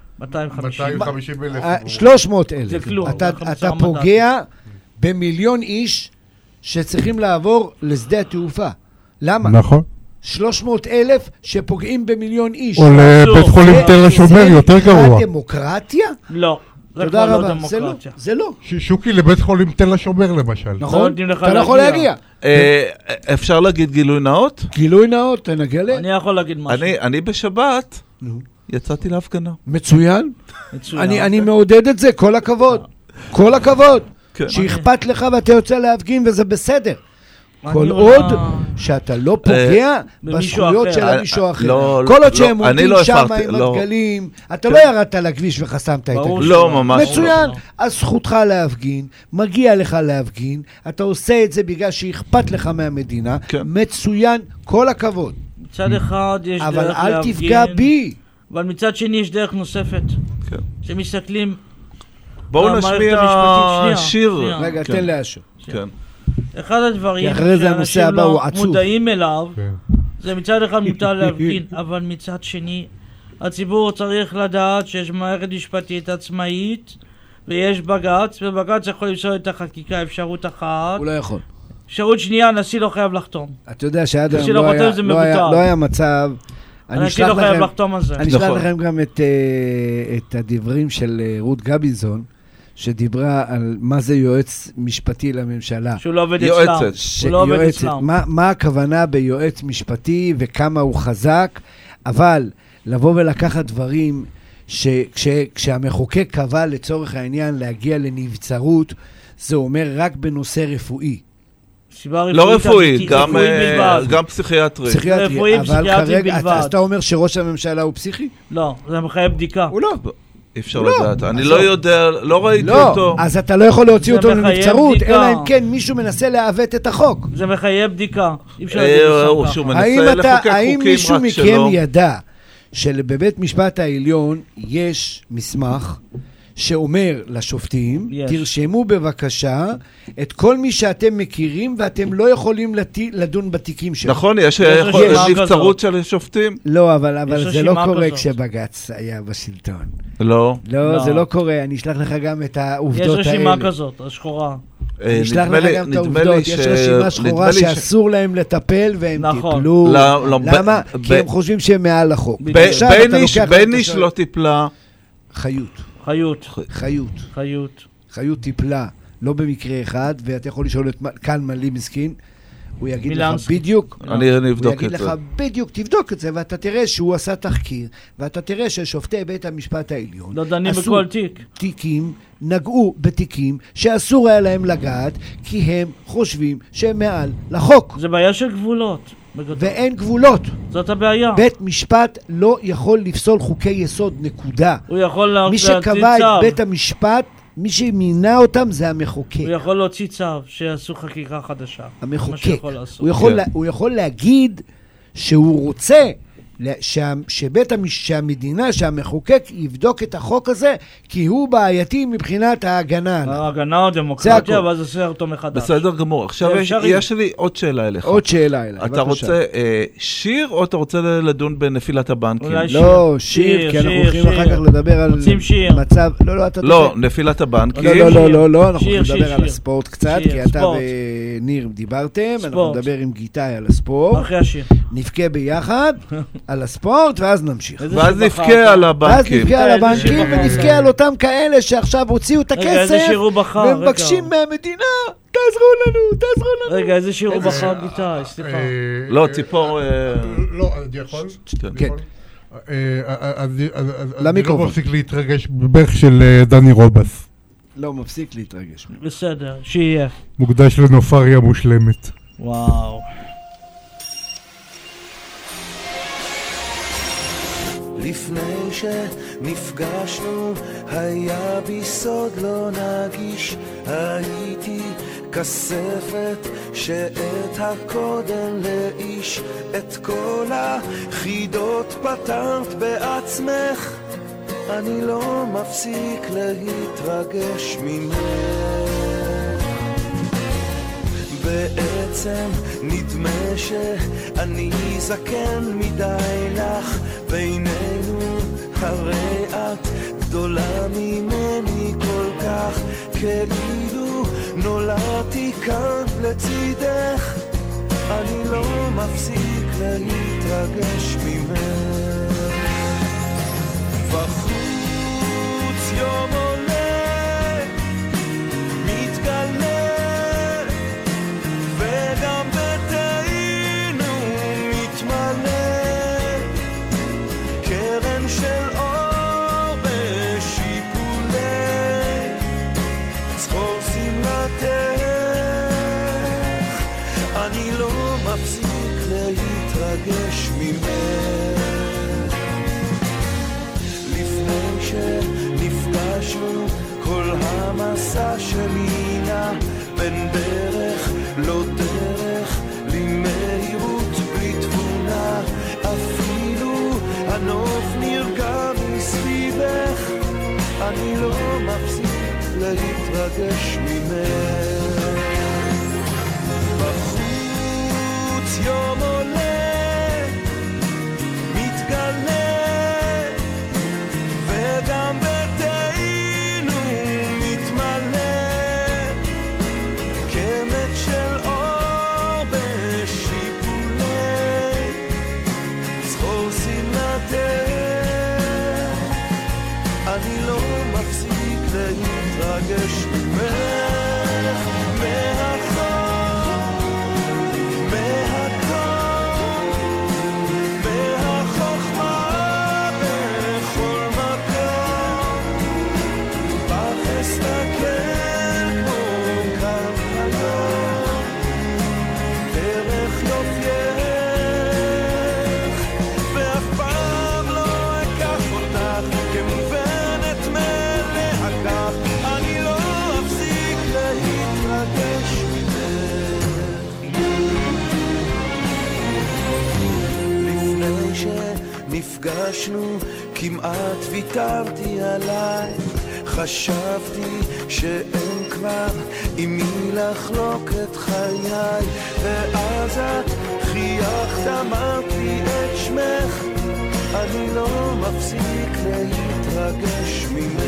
250,000. 300,000. זה כלום. אתה פוגע במיליון איש שצריכים לעבור לשדה התעופה. למה? נכון. 300,000 שפוגעים במיליון איש. או לבית חולים תל השומר, יותר גרוע. זה דמוקרטיה? לא. תודה רבה. זה לא. שוקי לבית חולים תל השומר למשל. נכון? אתה לא יכול להגיע. אפשר להגיד גילוי נאות? גילוי נאות, תנגע לי. אני יכול להגיד משהו. אני בשבת יצאתי להפגנה. מצוין. אני מעודד את זה, כל הכבוד. כל הכבוד. שאכפת לך ואתה יוצא להפגין וזה בסדר. כל עוד שאתה לא פוגע בזכויות של מישהו אחר. כל עוד שהם עומדים שם עם הדגלים, אתה לא ירדת לכביש וחסמת את הכביש. לא, ממש. מצוין. אז זכותך להפגין, מגיע לך להפגין, אתה עושה את זה בגלל שאכפת לך מהמדינה. מצוין, כל הכבוד. מצד אחד יש דרך להפגין. אבל אל תפגע בי. אבל מצד שני יש דרך נוספת. שמסתכלים... בואו נשמיע שיר. רגע, תן לאשר. כן. אחד הדברים שאנשים לא מודעים אליו, זה מצד אחד מותר להפגין, אבל מצד שני, הציבור צריך לדעת שיש מערכת משפטית עצמאית, ויש בג"ץ, ובג"ץ יכול לפסול את החקיקה, אפשרות אחת. הוא לא יכול. אפשרות שנייה, הנשיא לא חייב לחתום. אתה יודע שעד היום לא היה מצב... הנשיא לא חייב לחתום על זה. אני אשלח לכם גם את הדברים של רות גביזון, שדיברה על מה זה יועץ משפטי לממשלה. שהוא לא עובד אצלם. הוא לא עובד אצלם. מה הכוונה ביועץ משפטי וכמה הוא חזק, אבל לבוא ולקחת דברים כשהמחוקק קבע לצורך העניין להגיע לנבצרות, זה אומר רק בנושא רפואי. לא רפואי, גם פסיכיאטרי. פסיכיאטרי, אבל כרגע, אז אתה אומר שראש הממשלה הוא פסיכי? לא, זה מחייב בדיקה. הוא לא. אי אפשר לדעת, אני לא יודע, לא ראיתי אותו. אז אתה לא יכול להוציא אותו לנבצרות, אלא אם כן מישהו מנסה לעוות את החוק. זה מחייב בדיקה. שהוא מנסה לחוקק חוקים האם מישהו רק מכם שלו. ידע שבבית משפט העליון יש מסמך שאומר לשופטים, תרשמו בבקשה את כל מי שאתם מכירים ואתם לא יכולים לדון בתיקים שלו. נכון, יש נבצרות של שופטים? לא, אבל זה לא קורה כשבג"ץ היה בשלטון. לא. לא, זה לא קורה, אני אשלח לך גם את העובדות האלה. יש רשימה כזאת, השחורה. אני אשלח לך גם את העובדות, יש רשימה שחורה שאסור להם לטפל והם טיפלו. למה? כי הם חושבים שהם מעל החוק. בייניש לא טיפלה. חיות טיפלה, לא במקרה אחד, ואתה יכול לשאול את כאן מלי מסכין, הוא יגיד לך בדיוק, אני אבדוק את זה. הוא יגיד לך בדיוק, תבדוק את זה, ואתה תראה שהוא עשה תחקיר, ואתה תראה ששופטי בית המשפט העליון, לא דנים בכל תיק. תיקים, נגעו בתיקים שאסור היה להם לגעת, כי הם חושבים שהם מעל לחוק. זה בעיה של גבולות. ואין גבולות. זאת הבעיה. בית משפט לא יכול לפסול חוקי יסוד, נקודה. הוא יכול להוציא צו. מי שקבע את בית המשפט, מי שמינה אותם זה המחוקק. הוא יכול להוציא צו שיעשו חקיקה חדשה. המחוקק. הוא יכול להגיד שהוא רוצה שהמדינה, שהמחוקק יבדוק את החוק הזה, כי הוא בעייתי מבחינת ההגנה. ההגנה הדמוקרטיה, ואז עושה אותו מחדש. בסדר גמור. עכשיו יש לי עוד שאלה אליך. עוד שאלה אליך. אתה רוצה שיר, או אתה רוצה לדון בנפילת הבנקים? לא, שיר, כי אנחנו הולכים אחר כך לדבר על מצב... לא, נפילת הבנקים. לא, אנחנו נדבר על הספורט קצת, כי אתה וניר דיברתם, אנחנו נדבר עם גיטאי על הספורט. אחרי השיר. נבכה ביחד. על הספורט, ואז נמשיך. ואז נבכה על הבנקים. ואז נבכה על הבנקים, ונבכה על אותם כאלה שעכשיו הוציאו את הכסף, ומבקשים מהמדינה, תעזרו לנו. רגע, איזה שיר הוא בחר גיטאי, סליחה. לא, ציפור... לא, אני יכול? כן. אני לא מפסיק להתרגש בבך של דני רובס. לא מפסיק להתרגש. בסדר, שיהיה. מוקדש לנופריה מושלמת. וואו. לפני שנפגשנו היה בי סוד לא נגיש, הייתי כספת שאת הקודם לאיש, את כל החידות פתרת בעצמך, אני לא מפסיק להתרגש ממך. בעצם נדמה שאני זקן מדי לך, בינינו הרי את גדולה ממני כל כך, כאילו נולדתי כאן לצידך, אני לא מפסיק להתרגש ממך. בחוץ יום עולה מתגלה, וגם ביתנו מתמלא, קרן של אור בשיפולי, צחור שמלתך, אני לא מפסיק להתרגש ממך. לפני שנפגשנו כל המסע שלי נע בין דרך לא דרך, לי מהירות בלי תבונה, אפילו הנוף נרגע מסביבך, אני לא מפסיק להתרגש ממך. בחוץ יום עולה מתגלה, וגם ביתנו מתמלא, קמת של אור בשיפולי, צחור שמלתך, אני לא מפסיק להתרגש להתרגש ממך, מהחור, מהטוב, מהחוכמה בכל מקום. בך אסתכל כמו קו היום, דרך יופייך, ואף פעם לא אקח אותך כמובנת מאליה כך. אני לא אפסיק להתרגש ממך. לפני שנפגשנו כמעט ויתרתי עליי, חשבתי שאין כבר עם מי לחלוק את חיי, ואז את חייכת, אמרתי את שמך, אני לא מפסיק להתרגש ממך.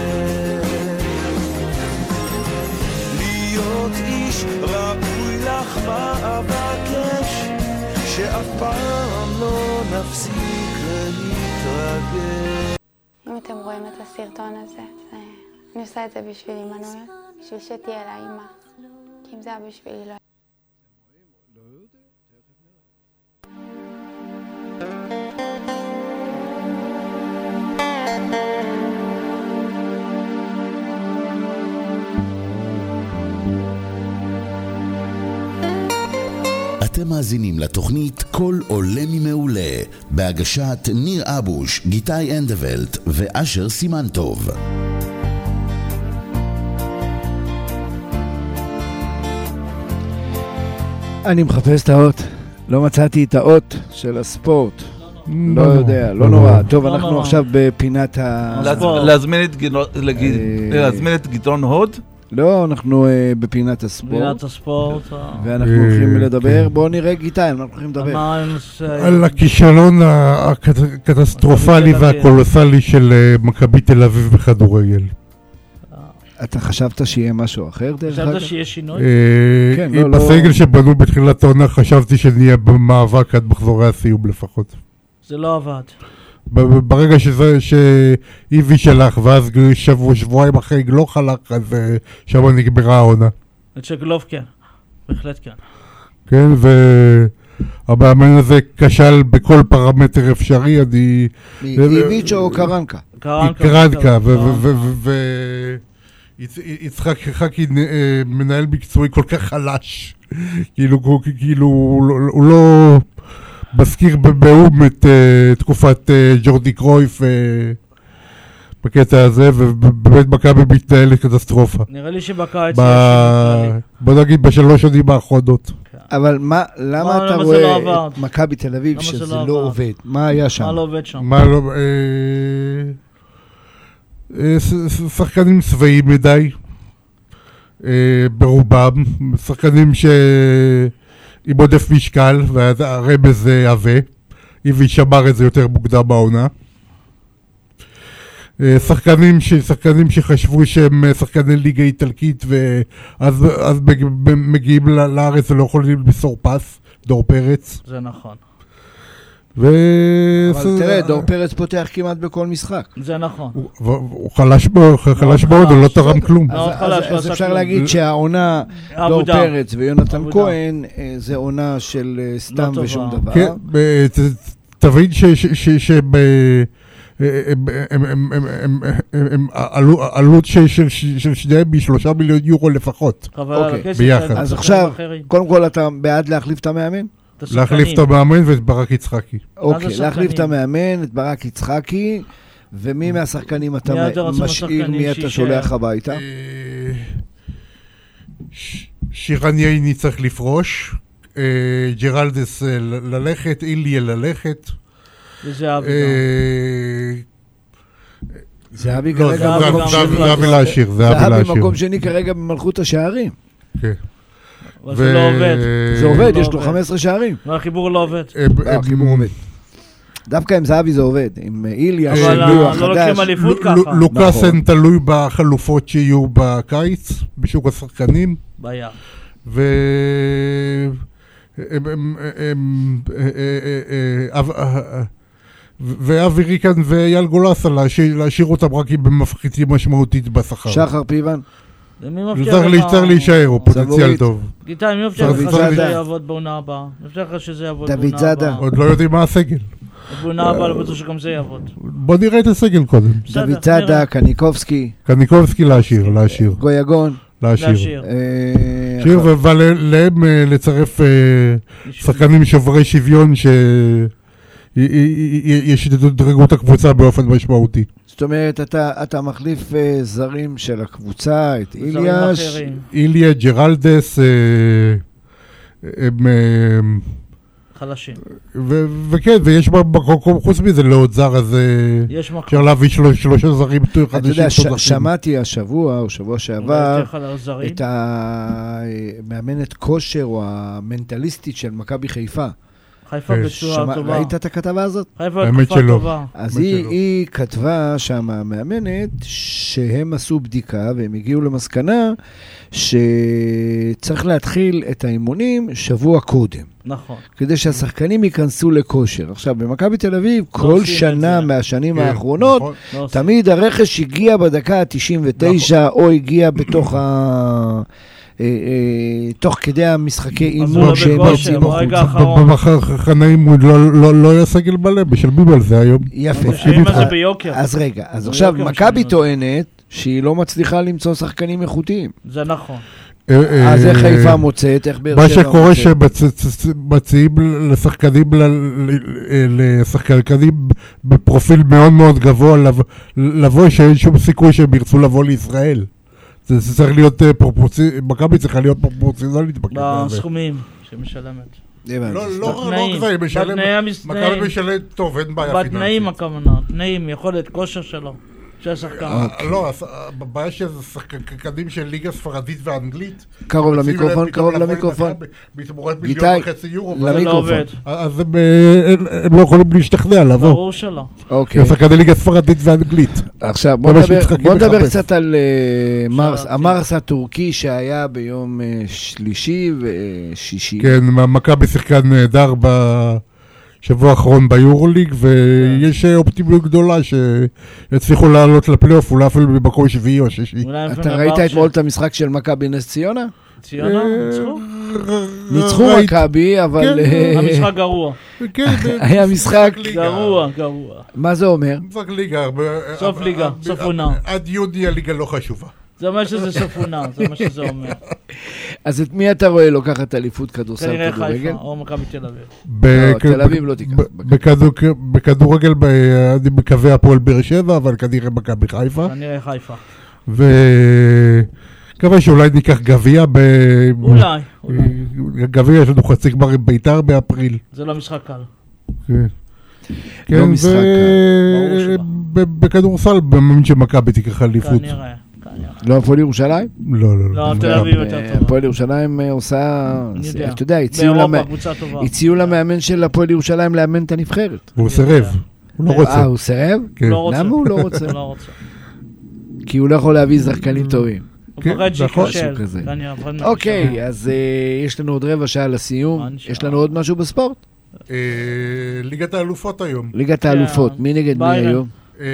להיות איש ראוי לך מה אבקש, שאף פעם לא נפסיק להתרגש. אם אתם רואים את הסרטון הזה, אני עושה את זה בשביל עמנואל, בשביל שתהיה לה אימא, כי אם זה היה בשבילי לא... אתם מאזינים לתוכנית כל עולה ממעולה, בהגשת ניר אבוש, גיטאי אנדוולט ואשר סימן טוב. אני מחפש את האות, לא מצאתי את האות של הספורט. לא יודע, לא נורא. טוב, אנחנו עכשיו בפינת להזמין את גדעון הוד? לא, אנחנו בפינת הספורט. פינת הספורט. ואנחנו הולכים לדבר. בואו נראה גיטאי, אנחנו הולכים לדבר. על הכישלון הקטסטרופלי והקולוסלי של מכבי תל אביב בכדורגל. אתה חשבת שיהיה משהו אחר דרך אגב? חשבת שיהיה שינוי? כן, לא. בסגל שבנו בתחילת העונה חשבתי שנהיה במאבק עד מחזורי הסיום לפחות. זה לא עבד. ברגע שאיבי שלח, ואז שבועיים אחרי לא חלק, אז שם נגמרה העונה. את שגלוב כן, בהחלט כן. כן, והמאמן הזה כשל בכל פרמטר אפשרי. איביץ' או קרנקה? קרנקה, יצחק חכי מנהל מקצועי כל כך חלש, כאילו הוא לא מזכיר באום את תקופת ג'ורדי קרויף בקטע הזה, ובאמת מכבי מתנהלת קטסטרופה. נראה לי שבקיץ בוא נגיד בשלוש שנים האחרונות. אבל למה אתה רואה את מכבי תל אביב שזה לא עובד? מה היה שם? מה לא עובד שם? שחקנים צבאיים מדי ברובם, שחקנים עם עודף משקל, והרמז זה עווה, איבי שמר את זה יותר מוקדם בעונה. שחקנים שחשבו שהם שחקני ליגה איטלקית, ואז מגיעים לארץ ולא יכולים למסור פס, דור פרץ. זה נכון. אבל תראה, דור פרץ פותח כמעט בכל משחק. זה נכון. הוא חלש מאוד, הוא לא תרם כלום. אז אפשר להגיד שהעונה דור פרץ ויונתן כהן זה עונה של סתם ושום דבר. כן, תבין עלות של שניהם מ3 מיליון יורו לפחות. ביחד. אז עכשיו, קודם כל אתה בעד להחליף את המאמן? להחליף את המאמן ואת ברק יצחקי. אוקיי, להחליף את המאמן, את ברק יצחקי, ומי מהשחקנים אתה משאיר, מי אתה שולח הביתה? שירן ייני צריך לפרוש, ג'רלדס ללכת, איליה ללכת. זהבי כרגע במקום שני כרגע במלכות השערים. כן. זה לא עובד. זה עובד, יש לו 15 שערים. החיבור לא עובד. החיבור עובד. דווקא עם זהבי זה עובד, עם איליה, אבל לא לוקחים אליפות ככה. לוקאסן תלוי בחלופות שיהיו בקיץ, בשוק השחקנים. ביער. ואבי ריקן ואייל גולסה להשאיר אותם רק במפחיתים משמעותית בשכר. שחר פיבן? צריך להישאר, הוא פוטנציאל טוב. גיטאי, מי מבטיח לך שזה יעבוד בעונה הבאה? מבטיח לך שזה יעבוד בעונה הבאה? עוד לא יודעים מה הסגל. בעונה הבאה לא בטוח שגם זה יעבוד. בוא נראה את הסגל קודם. דוד זאדה, קניקובסקי. קניקובסקי להשאיר. גויגון. להשאיר. ולהם לצרף שחקנים שוברי שוויון שישדרגו את הקבוצה באופן משמעותי. זאת אומרת, אתה מחליף זרים של הקבוצה, את איליה, ג'רלדס, חלשים. וכן, ויש במקום חוץ מזה לעוד זר, אז אפשר להביא 3 זרים חדשים. אתה יודע, שמעתי השבוע או שבוע שעבר את המאמנת כושר או המנטליסטית של מכבי חיפה. חיפה בצורה טובה. ראית את הכתבה הזאת? חיפה בתקופה טובה. אז היא כתבה שם, המאמנת, שהם עשו בדיקה והם הגיעו למסקנה שצריך להתחיל את האימונים שבוע קודם. נכון. כדי שהשחקנים ייכנסו לכושר. עכשיו, במכבי תל אביב, כל שנה מהשנים האחרונות, תמיד הרכש הגיע בדקה ה-99, או הגיע בתוך תוך כדי המשחקי אימון שהם יוצאים החוצה. במחנאים הוא לא היה סגל מלא, משלמים על זה היום. יפה. אז רגע, אז עכשיו מכבי טוענת שהיא לא מצליחה למצוא שחקנים איכותיים. זה נכון. אז איך חיפה מוצאת, איך באר שבע מוצאת? מה שקורה שמציעים לשחקנים בפרופיל מאוד מאוד גבוה לבוא, שאין שום סיכוי שהם ירצו לבוא לישראל. זה צריך להיות מכבי צריכה להיות פרופורציונלית בסכומים שמשלמת. לא רק זה, מכבי משלמת טוב, אין בעיה פיננסית. בתנאים הכוונה, תנאים, יכולת, כושר שלו. לא, הבעיה שזה שחקנים של ליגה ספרדית ואנגלית. קרוב למיקרופון. גיטאי, למיקרופון. אז הם לא יכולים להשתכנע לבוא. ברור שלא. שחקני ליגה ספרדית ואנגלית. עכשיו, בוא נדבר קצת על המרס הטורקי שהיה ביום שלישי ושישי. כן, מכבי שיחקה נהדר שבוע האחרון ביורוליג, ויש אופטימיות גדולה שיצליחו לעלות לפלייאוף, אולי אפילו במקום 7 או 6. אתה ראית אתמול את המשחק של מכבי נס ציונה? ציונה? ניצחו? ניצחו מכבי, אבל... המשחק גרוע. היה משחק... גרוע. מה זה אומר? משחק ליגה. סוף ליגה, סוף עונה. עד יוני הליגה לא חשובה. זה אומר שזה סוף עונה, זה מה שזה אומר. אז את מי אתה רואה לוקחת אליפות כדורסל כדורגל? כנראה חיפה או מכבי תל אביב. תל אביב לא תיקח. בכדורגל אני מקווה הפועל באר שבע, אבל כנראה מכבי חיפה. כנראה חיפה. מקווה שאולי ניקח גביע אולי. גביע יש לנו חצי גמר עם בית"ר באפריל. זה לא משחק קל. לא משחק קל. בכדורסל במאמין שמכבי תיקח אליפות. כנראה. לא הפועל ירושלים? לא, תל אביב יותר טובה. הפועל ירושלים עושה, אתה יודע, הציעו למאמן של הפועל ירושלים לאמן את הנבחרת. הוא סירב. הוא לא רוצה. הוא סירב? למה הוא לא רוצה? לא רוצה. כי הוא לא יכול להביא שחקנים טובים. הוא פוחד שיקשל. אוקיי, אז יש לנו עוד רבע שעה לסיום. יש לנו עוד משהו בספורט? ליגת האלופות היום. ליגת האלופות, מי נגד מי היום?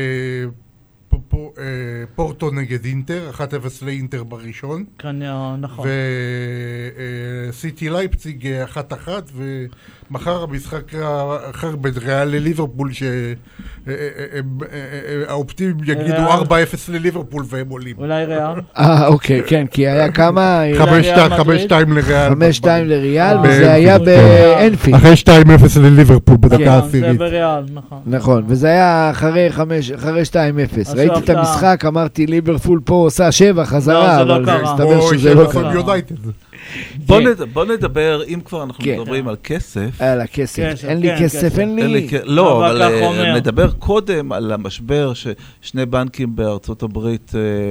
פורטו נגד אינטר, 1-0 לאינטר בראשון. נכון. וסיטי לייפציג 1-1, ומחר המשחק אחר בין ריאל לליברפול, שהאופטימים יגידו 4-0 לליברפול והם עולים. אולי ריאל? אוקיי, כן, כי היה כמה... 5-2 לריאל. 5-2 לריאל, וזה היה באנפילד. אחרי 2-0 לליברפול בדקה העשירית. זה בריאל, נכון. נכון, וזה היה אחרי 2-0. ראיתי את המשחק, אמרתי ליברפול פה עושה 7 חזרה, אבל מסתבר שזה לא קרה. בוא נדבר, אם כבר אנחנו מדברים על כסף. על הכסף. אין לי כסף, אין לי. לא, אבל נדבר קודם על המשבר ששני בנקים בארצות הברית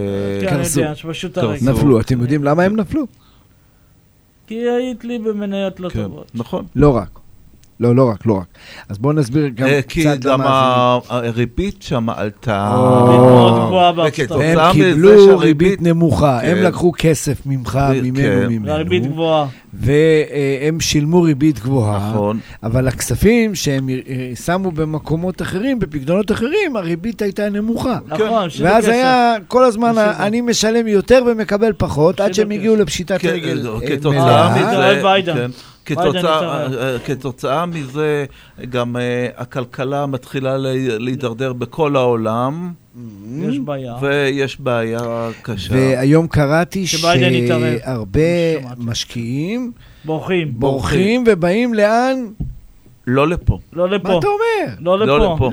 נפלו. אתם יודעים למה הם נפלו? כי היית לי במניות לא טובות. נכון. לא רק. לא רק. אז בואו נסביר גם כי קצת גם הריבית שם עלתה. הם קיבלו ריבית נמוכה, הם לקחו כסף ממך, ממנו. ריבית גבוהה. והם שילמו ריבית גבוהה. נכון. אבל הכספים שהם שמו במקומות אחרים, בפקדונות אחרים, הריבית הייתה נמוכה. נכון, ואז היה כל הזמן, אני משלם יותר ומקבל פחות, עד שהם הגיעו לפשיטת רגל. כתוצאה מזה, גם הכלכלה מתחילה להידרדר בכל העולם. יש בעיה. ויש בעיה קשה. והיום קראתי שהרבה משקיעים בורחים ובאים לאן? לא לפה. לא לפה. מה אתה אומר? לא לפה.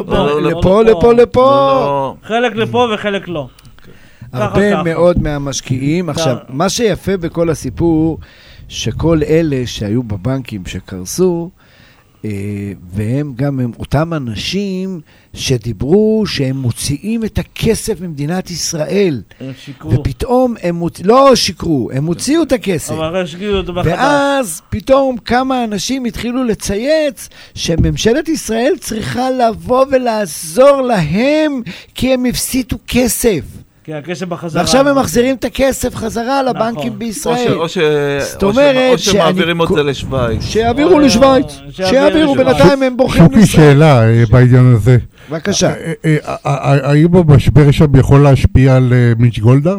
לפה. חלק לפה וחלק לא. הרבה מאוד מהמשקיעים. עכשיו, מה שיפה בכל הסיפור, שכל אלה שהיו בבנקים שקרסו, והם גם הם אותם אנשים שדיברו שהם מוציאים את הכסף ממדינת ישראל. הם שיקרו. ופתאום הם לא שיקרו, הם הוציאו את הכסף. אבל שיקרו אותו מחדש. ואז פתאום כמה אנשים התחילו לצייץ שממשלת ישראל צריכה לבוא ולעזור להם כי הם הפסידו כסף. כי הכסף בחזרה. ועכשיו הם מחזירים את הכסף חזרה לבנקים בישראל. או שמעבירים את זה לשוויץ. שיעבירו לשוויץ. שיעבירו, בינתיים הם בורחים לישראל. שוקי, שאלה בעניין הזה. בבקשה. האם המשבר שם יכול להשפיע על מיץ' גולדהר?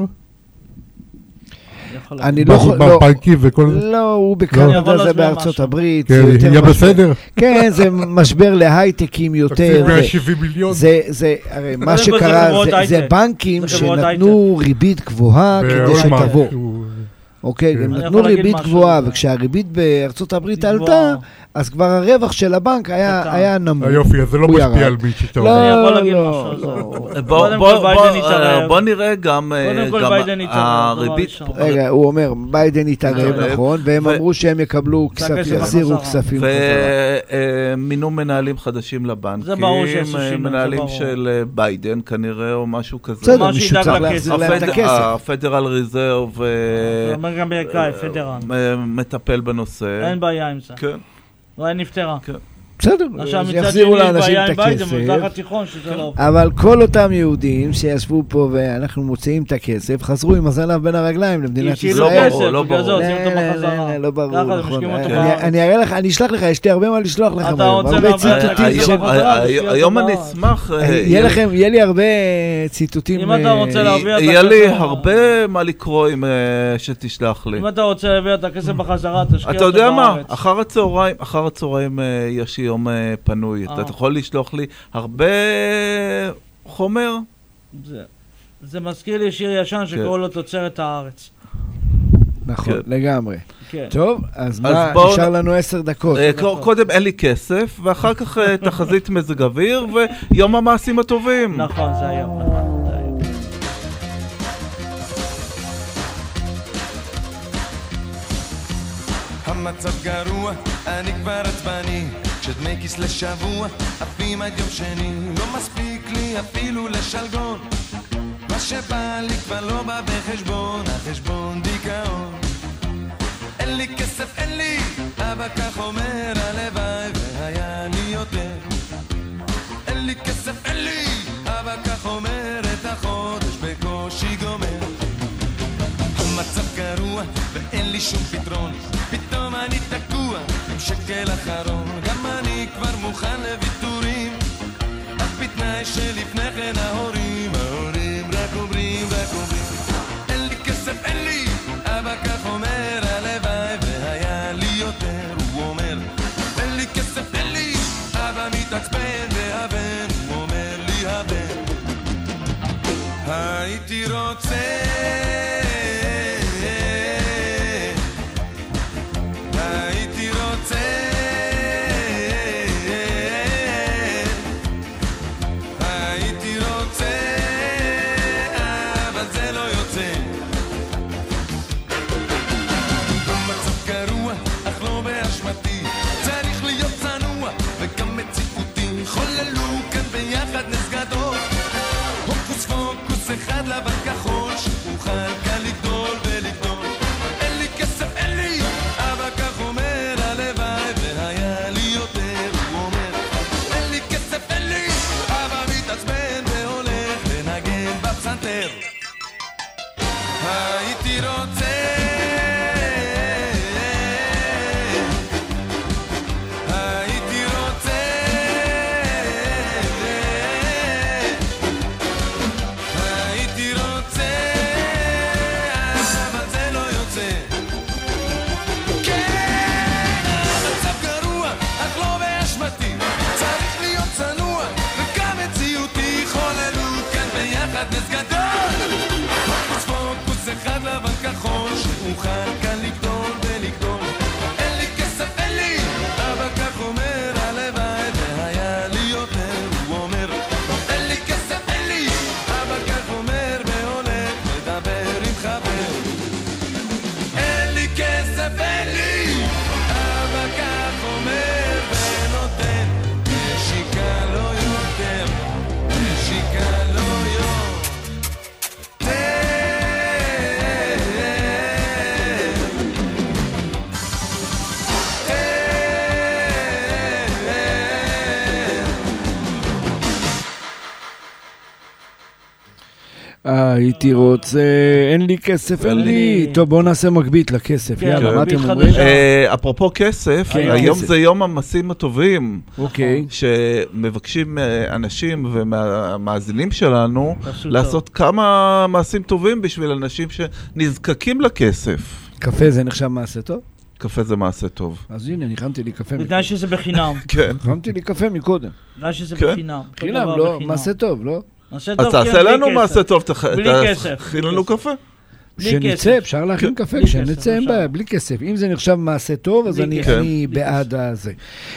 אני לא, הוא בקנדה, זה בארצות הברית. כן, יהיה בסדר. כן, זה משבר להייטקים יותר. 170 מיליון. הרי מה שקרה, זה בנקים שנתנו ריבית גבוהה כדי שתבוא. אוקיי, הם נתנו ריבית גבוהה, וכשהריבית בארצות הברית עלתה, אז כבר הרווח של הבנק היה נמוך. היופי, אז זה לא משפיע על מיץ' שאתה אומר. בוא נראה גם הריבית. רגע, הוא אומר, ביידן יתערב, נכון, והם אמרו שהם יקבלו יחזירו כספים. ומינו מנהלים חדשים לבנקים, מנהלים של ביידן כנראה, או משהו כזה. בסדר, מישהו צריך להחזיר להם את הכסף. הפדרל ריזרב גם באמריקאי, פדרל. מטפל בנושא. אין בעיה עם זה. כן. לא, אין נפטרה. כן. בסדר, יחזירו לאנשים את הכסף. אבל כל אותם יהודים שישבו פה ואנחנו מוציאים את הכסף, חזרו עם הזנב בין הרגליים למדינת ישראל. לא ברור. לא ברור, נכון. אני אראה לך, אני אשלח לך, יש לי הרבה מה לשלוח לך. היום אני אשמח. יהיה לי הרבה ציטוטים. אם אתה רוצה להביא את הכסף. יהיה לי הרבה מה לקרוא שתשלח לי. אם אתה רוצה להביא את הכסף בחזרה, תשקיע אותו בארץ. אתה יודע מה? אחר הצהריים יש יום פנוי. אתה יכול לשלוח לי הרבה חומר? זה מזכיר לי שיר ישן שקורא לו תוצרת הארץ. נכון, לגמרי. טוב, אז מה, נשאר לנו 10 דקות. קודם אין לי כסף, ואחר כך תחזית מזג אוויר, ויום המעשים הטובים. נכון, זה היום. המצב גרוע, אני כבר עצבני, כשדמי כיס לשבוע, עפים עד יום שני, לא מספיק לי אפילו לשלגון, מה שבא לי כבר לא בא בחשבון, החשבון דיכאון. אין לי כסף, אין לי, אבא כך אומר, הלוואי והיה לי יותר. אין לי כסף, אין לי, אבא כך אומר, את החודש בקושי גומר. המצב גרוע ואין לי שום פתרון, פתאום אני תקוע עם שקל אחרון, גם אני כבר מוכן לוויתורים, אך בתנאי שלפני כן ההורים רק אומרים, אין לי כסף, אין לי, אבא כך אומר, הלוואי והיה לי יותר. הוא אומר, אין לי כסף, אין לי, אבא מתעצבן, והבן, הוא אומר לי הבן, הייתי רוצה הייתי רוצה הייתי רוצה, אין לי כסף, אין לי. טוב, בואו נעשה מגבית לכסף. יאללה, מה אתם אומרים? אפרופו כסף, היום זה יום המעשים הטובים. אוקיי. שמבקשים אנשים ומהמאזינים שלנו לעשות כמה מעשים טובים בשביל אנשים שנזקקים לכסף. קפה זה נחשב מעשה טוב? קפה זה מעשה טוב. אז הנה, ניחמתי לי קפה. בגלל שזה בחינם. כן. ניחמתי לי קפה מקודם. בגלל שזה בחינם. חינם, לא, מעשה טוב, לא? אז תעשה לנו מעשה טוב, תכין לנו קפה. כשנצא, אפשר להכין קפה, כשנצא אין בעיה, בלי כסף. אם זה נחשב מעשה טוב, אז אני בעד הזה.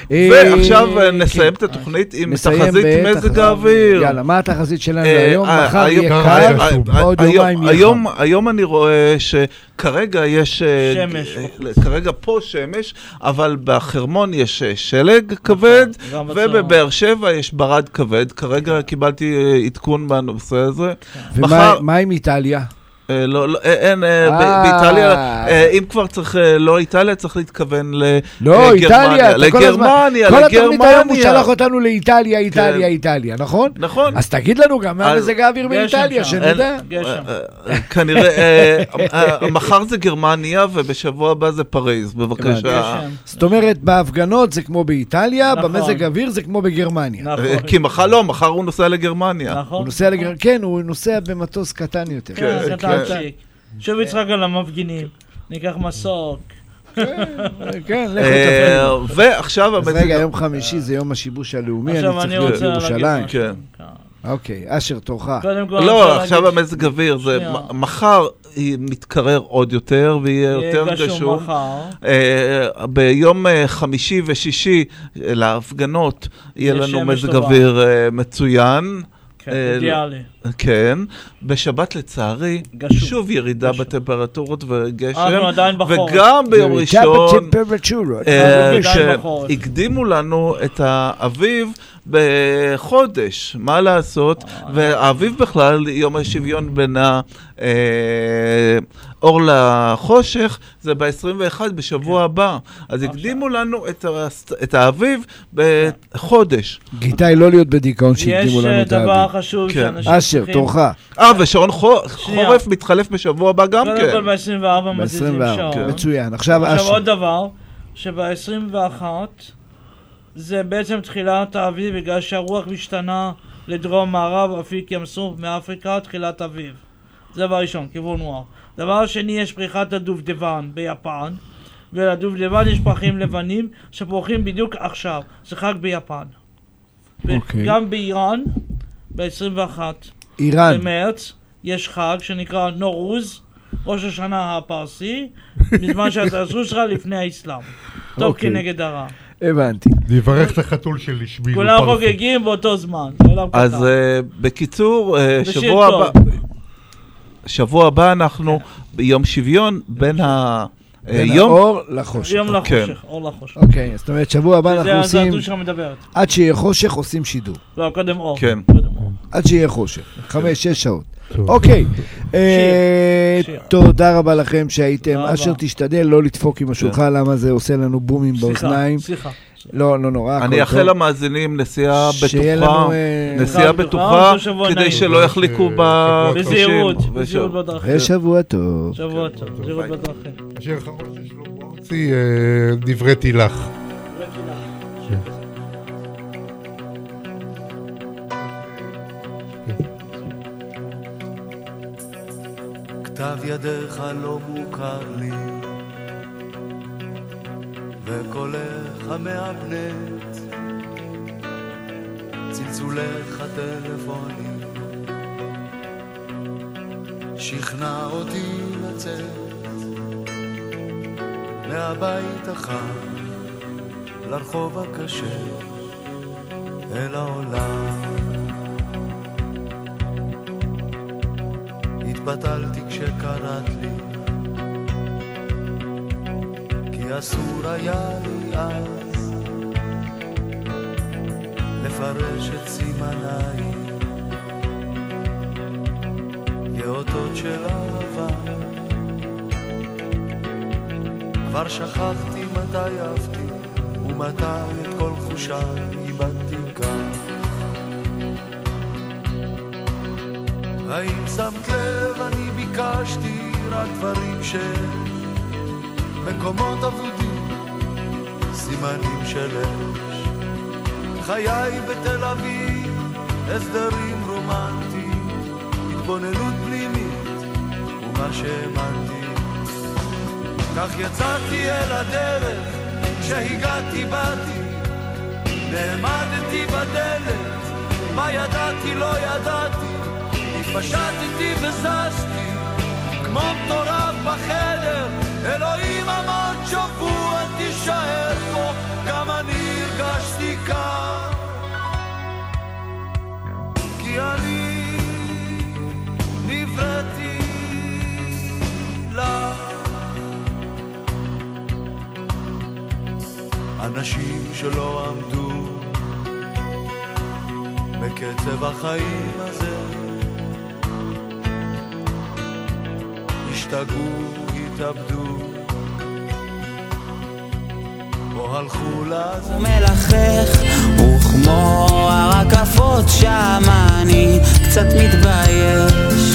ועכשיו נסיים את התוכנית עם תחזית מזג האוויר. יאללה, מה התחזית שלנו היום? מחר יהיה קר, עוד יומיים יהיה חם. היום אני רואה שכרגע יש, כרגע פה שמש, אבל בחרמון יש שלג כבד, ובבאר שבע יש ברד כבד. כרגע קיבלתי עדכון בנושא הזה. ומה עם איטליה? לא, אין, באיטליה, אם כבר צריך, לא איטליה, צריך להתכוון לגרמניה. לגרמניה, כל התוכנית היום הוא שלח אותנו לאיטליה, איטליה, איטליה, נכון? נכון. אז תגיד לנו גם מה מזג האוויר באיטליה, שנדע. כנראה, מחר זה גרמניה, ובשבוע הבא זה פריז, בבקשה. זאת אומרת, בהפגנות זה כמו באיטליה, במזג האוויר זה כמו בגרמניה. כי מחר הוא נוסע לגרמניה. כן, הוא נוסע במטוס קטן יותר. שוב יצחק על המפגינים, ניקח מסוק. כן, לכו תפנו. ועכשיו... רגע, יום חמישי זה יום השיבוש הלאומי, אני צריך להיות בירושלים. אוקיי, אשר תורך. לא, עכשיו המזג אוויר, מחר מתקרר עוד יותר ויהיה יותר גשום. ביום חמישי ושישי להפגנות יהיה לנו מזג אוויר מצוין. אידיאלי. כן, בשבת לצערי, שוב ירידה בטמפרטורות וגשם, וגם ביום ראשון, שהקדימו לנו את האביב בחודש, מה לעשות, והאביב בכלל, יום השוויון בין האור לחושך, זה ב-21 בשבוע הבא, אז הקדימו לנו את האביב בחודש. גיטאי, לא להיות בדיכאון שהקדימו לנו את האביב. יש דבר חשוב שאנשים אשר, תורך. ושעון חורף מתחלף בשבוע הבא גם כן. קודם כל ב-24 מזיזים שעון. מצוין. עכשיו עוד דבר, שב-21 זה בעצם תחילת האביב, בגלל שהרוח משתנה לדרום מערב, אפיק ים סוף מאפריקה, תחילת אביב. זה דבר ראשון, כיוון נוער. דבר שני, יש פריחת הדובדבן ביפן, ולדובדבן יש פרחים לבנים שפורחים בדיוק עכשיו. זה חג ביפן. וגם באיראן, ב-21 במרץ, יש חג שנקרא נורוז, ראש השנה הפרסי, בזמן שהתעשו שלך לפני האסלאם. טוב כנגד הרע. הבנתי. נברך את החתול שלי שביל. כולם חוגגים באותו זמן. אז בקיצור, שבוע הבא אנחנו ביום שוויון בין האור לחושך. יום לחושך, אור לחושך. אוקיי, זאת אומרת, שבוע הבא אנחנו עושים... זה הזדות שלך מדברת. עד שיהיה חושך עושים שידור. לא, קודם אור. כן. עד שיהיה חושך. 5-6 שעות. אוקיי. תודה רבה לכם שהייתם. אשר תשתדל לא לדפוק עם השולחן, למה זה עושה לנו בומים באוזניים. סליחה. לא נורא. אני אאחל למאזינים נסיעה בטוחה, כדי שלא יחליקו בזהירות בדרכים. ושבוע טוב. זהירות בדרכים. השיר האחרון של שלמה ארצי, דברי תילך. כתב ידיך לא מוכר לי וקולך מהבנט צלצולך הטלפונים שכנע אותי לצאת מהבית החם לרחוב הקשה אל העולם. התבטלתי כשקראת לי כי אסור היה לי אז לפרש את סימניי כאותות של אהבה. כבר שכחתי מתי אהבתי ומתי את כל חושיי איבדתי כאן. האם שמת לב אני ביקשתי רק דברים של מקומות אבודים, סימנים של אש, חיי בתל אביב, הסדרים רומנטיים, התבוננות פנימית ומה שהאמנתי. כך יצאתי אל הדרך, כשהגעתי באתי, נעמדתי בדלת, מה ידעתי לא ידעתי, התפשטתי וזזתי כמו מטורף בחדר. אלוהים עמד שבוע תישאר פה, גם אני הרגשתי כאן כי אני נבראתי לה. אנשים שלא עמדו בקצב החיים הזה השתגעו, התאבדו או הלכו לעזר. הוא מלחך וכמו הרקפות שם אני קצת מתבייש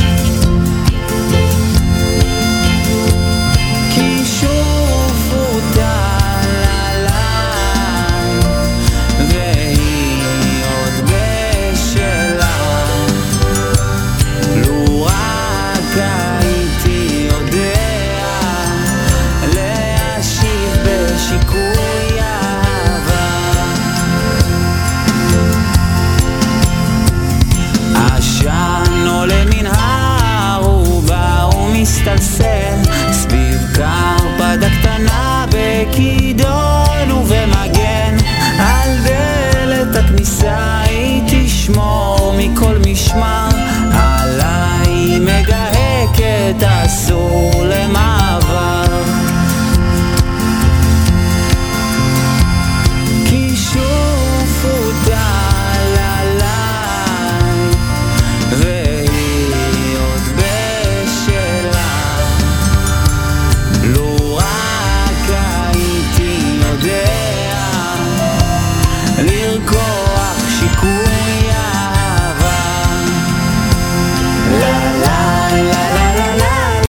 כי שוב הוטל עליי והיא עוד בשלה. לו רק הייתי יודע להשיב בשיקוי אהבה. עשן עולה מן הארובה ומסתלסל